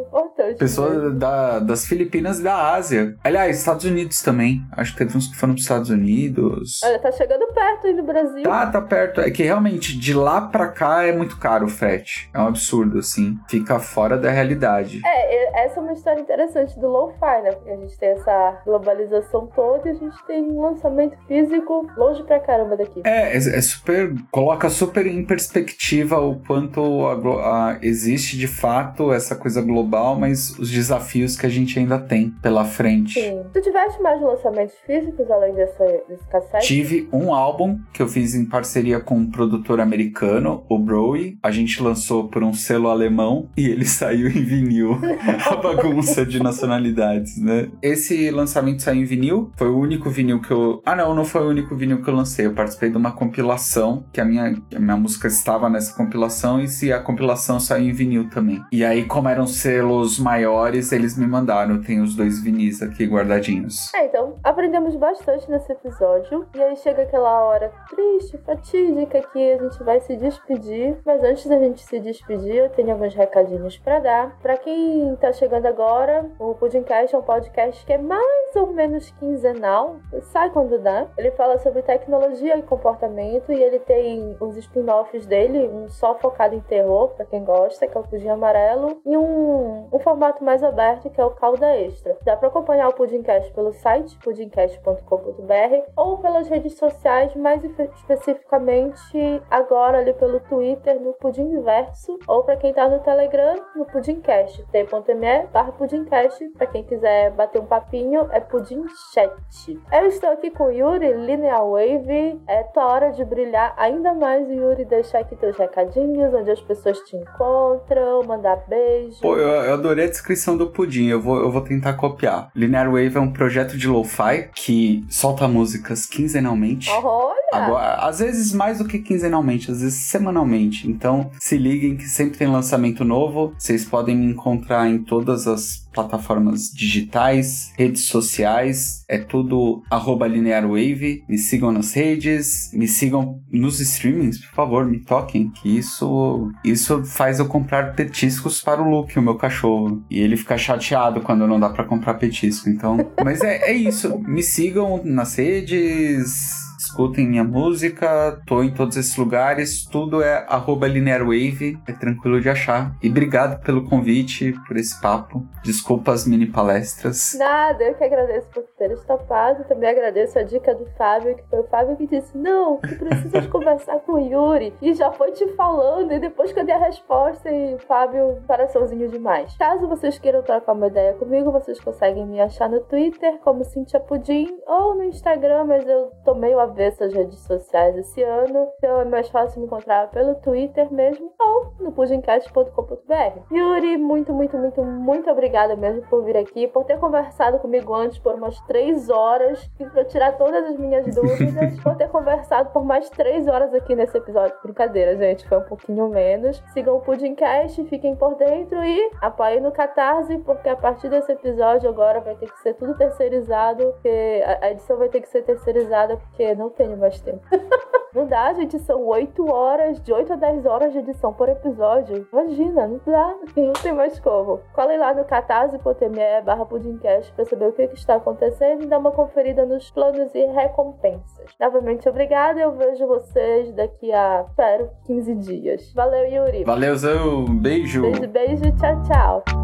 bastante.
Pessoas da, das Filipinas e da Ásia. Aliás, Estados Unidos também. Acho que teve uns que foram pros Estados Unidos.
Olha, tá chegando perto aí no Brasil.
Tá, tá perto. É que realmente, de lá pra cá é muito caro o frete. É um absurdo, assim. Fica fora da realidade.
É, essa é uma história interessante do lo-fi, né? Porque a gente tem essa globalização toda e a gente tem um lançamento físico longe pra caramba daqui.
É, é, é super... Coloca super em perspectiva o quanto a, a, existe de fato essa coisa global, mas os desafios que a gente ainda tem pela frente.
Sim. Tu tiveste mais lançamentos físicos além dessa, desse cassete?
Tive um álbum que eu fiz em parceria com um produtor americano, o Broy. A gente lançou por um selo alemão e ele saiu em vinil. A bagunça de nacionalidades, né? Esse lançamento saiu em vinil. Foi o único vinil que eu... Ah, não, não foi o único vinil que eu lancei. Eu participei de uma compilação, que a minha, a minha música estava nessa compilação, e se a compilação saiu em vinil também. E aí, como eram selos maiores, eles me mandaram. Tem os dois vinis aqui guardadinhos.
É, então, aprendemos bastante nesse episódio. E aí chega aquela hora triste, fatídica, que a gente vai se despedir. Mas antes da gente se despedir, eu tenho alguns recadinhos pra dar. Pra quem tá chegando agora, o Pudimcast é um podcast que é mais ou menos quinzenal. Sai quando dá. Ele fala sobre tecnologia e comportamento. E ele tem os spin-offs dele, um só focado em terror, pra quem gosta, que é o Pudim Amarelo. E um, um formato mais aberto, que é o Calda Extra. Dá pra acompanhar o Pudimcast pelo site pudimcast ponto com ponto b r ou pelas redes sociais, mais especificamente agora ali pelo Twitter, no Pudimverso, ou pra quem tá no Telegram, no Pudimcast, t.me barra Pudimcast. Pra quem quiser bater um papinho, é Pudimchat. Eu estou aqui com o Yuri, Linear Wave. É tua hora de brilhar ainda mais, Yuri, deixar aqui teus recadinhos, onde as pessoas te encontram, mandar beijo.
Pô, eu, eu adorei a descrição do Pudim, eu vou, eu vou tentar copiar. Linear Wave é um projeto de lo-fi que solta músicas quinzenalmente.
Olha!
Agora, às vezes mais do que quinzenalmente, às vezes semanalmente. Então, se liguem que sempre tem lançamento novo. Vocês podem me encontrar em todas as plataformas digitais, redes sociais. É tudo arroba Linear Wave. Me sigam nas redes, me sigam nos streamings, por favor, me toquem, que isso, isso faz eu comprar petiscos para o Luke, o meu cachorro. E ele fica chateado quando não dá para comprar petisco. Então, mas é, é isso. Me sigam nas redes... Escutem minha música, tô em todos esses lugares, tudo é arroba Linear Wave, é tranquilo de achar. E obrigado pelo convite, por esse papo. Desculpa as mini palestras.
Nada, eu que agradeço por teres topado. Também agradeço a dica do Fábio, que foi o Fábio que disse, não, tu precisas conversar com o Yuri. E já foi te falando, e depois que eu dei a resposta, e Fábio, coraçãozinho demais. Caso vocês queiram trocar uma ideia comigo, vocês conseguem me achar no Twitter, como Cintia Pudim, ou no Instagram, mas eu tô meio a ver essas redes sociais esse ano, então é mais fácil me encontrar pelo Twitter mesmo ou no pudimcast ponto com ponto b r. Yuri, muito, muito, muito, muito obrigada mesmo por vir aqui, por ter conversado comigo antes por umas três horas, pra tirar todas as minhas dúvidas, por ter conversado por mais três horas aqui nesse episódio. Brincadeira, gente, foi um pouquinho menos. Sigam o Pudimcast, fiquem por dentro e apoiem no Catarse, porque a partir desse episódio agora vai ter que ser tudo terceirizado, porque a edição vai ter que ser terceirizada, porque não tenho mais tempo. Não dá, gente, são oito horas, de oito a dez horas de edição por episódio. Imagina, não dá, não tem mais como. Colhem lá no catarse ponto m e barra pudimcast pra saber o que, que está acontecendo e dar uma conferida nos planos e recompensas. Novamente, obrigada, eu vejo vocês daqui a, espero, quinze dias. Valeu, Yuri.
Valeuzão, beijo.
Beijo, beijo, tchau, tchau.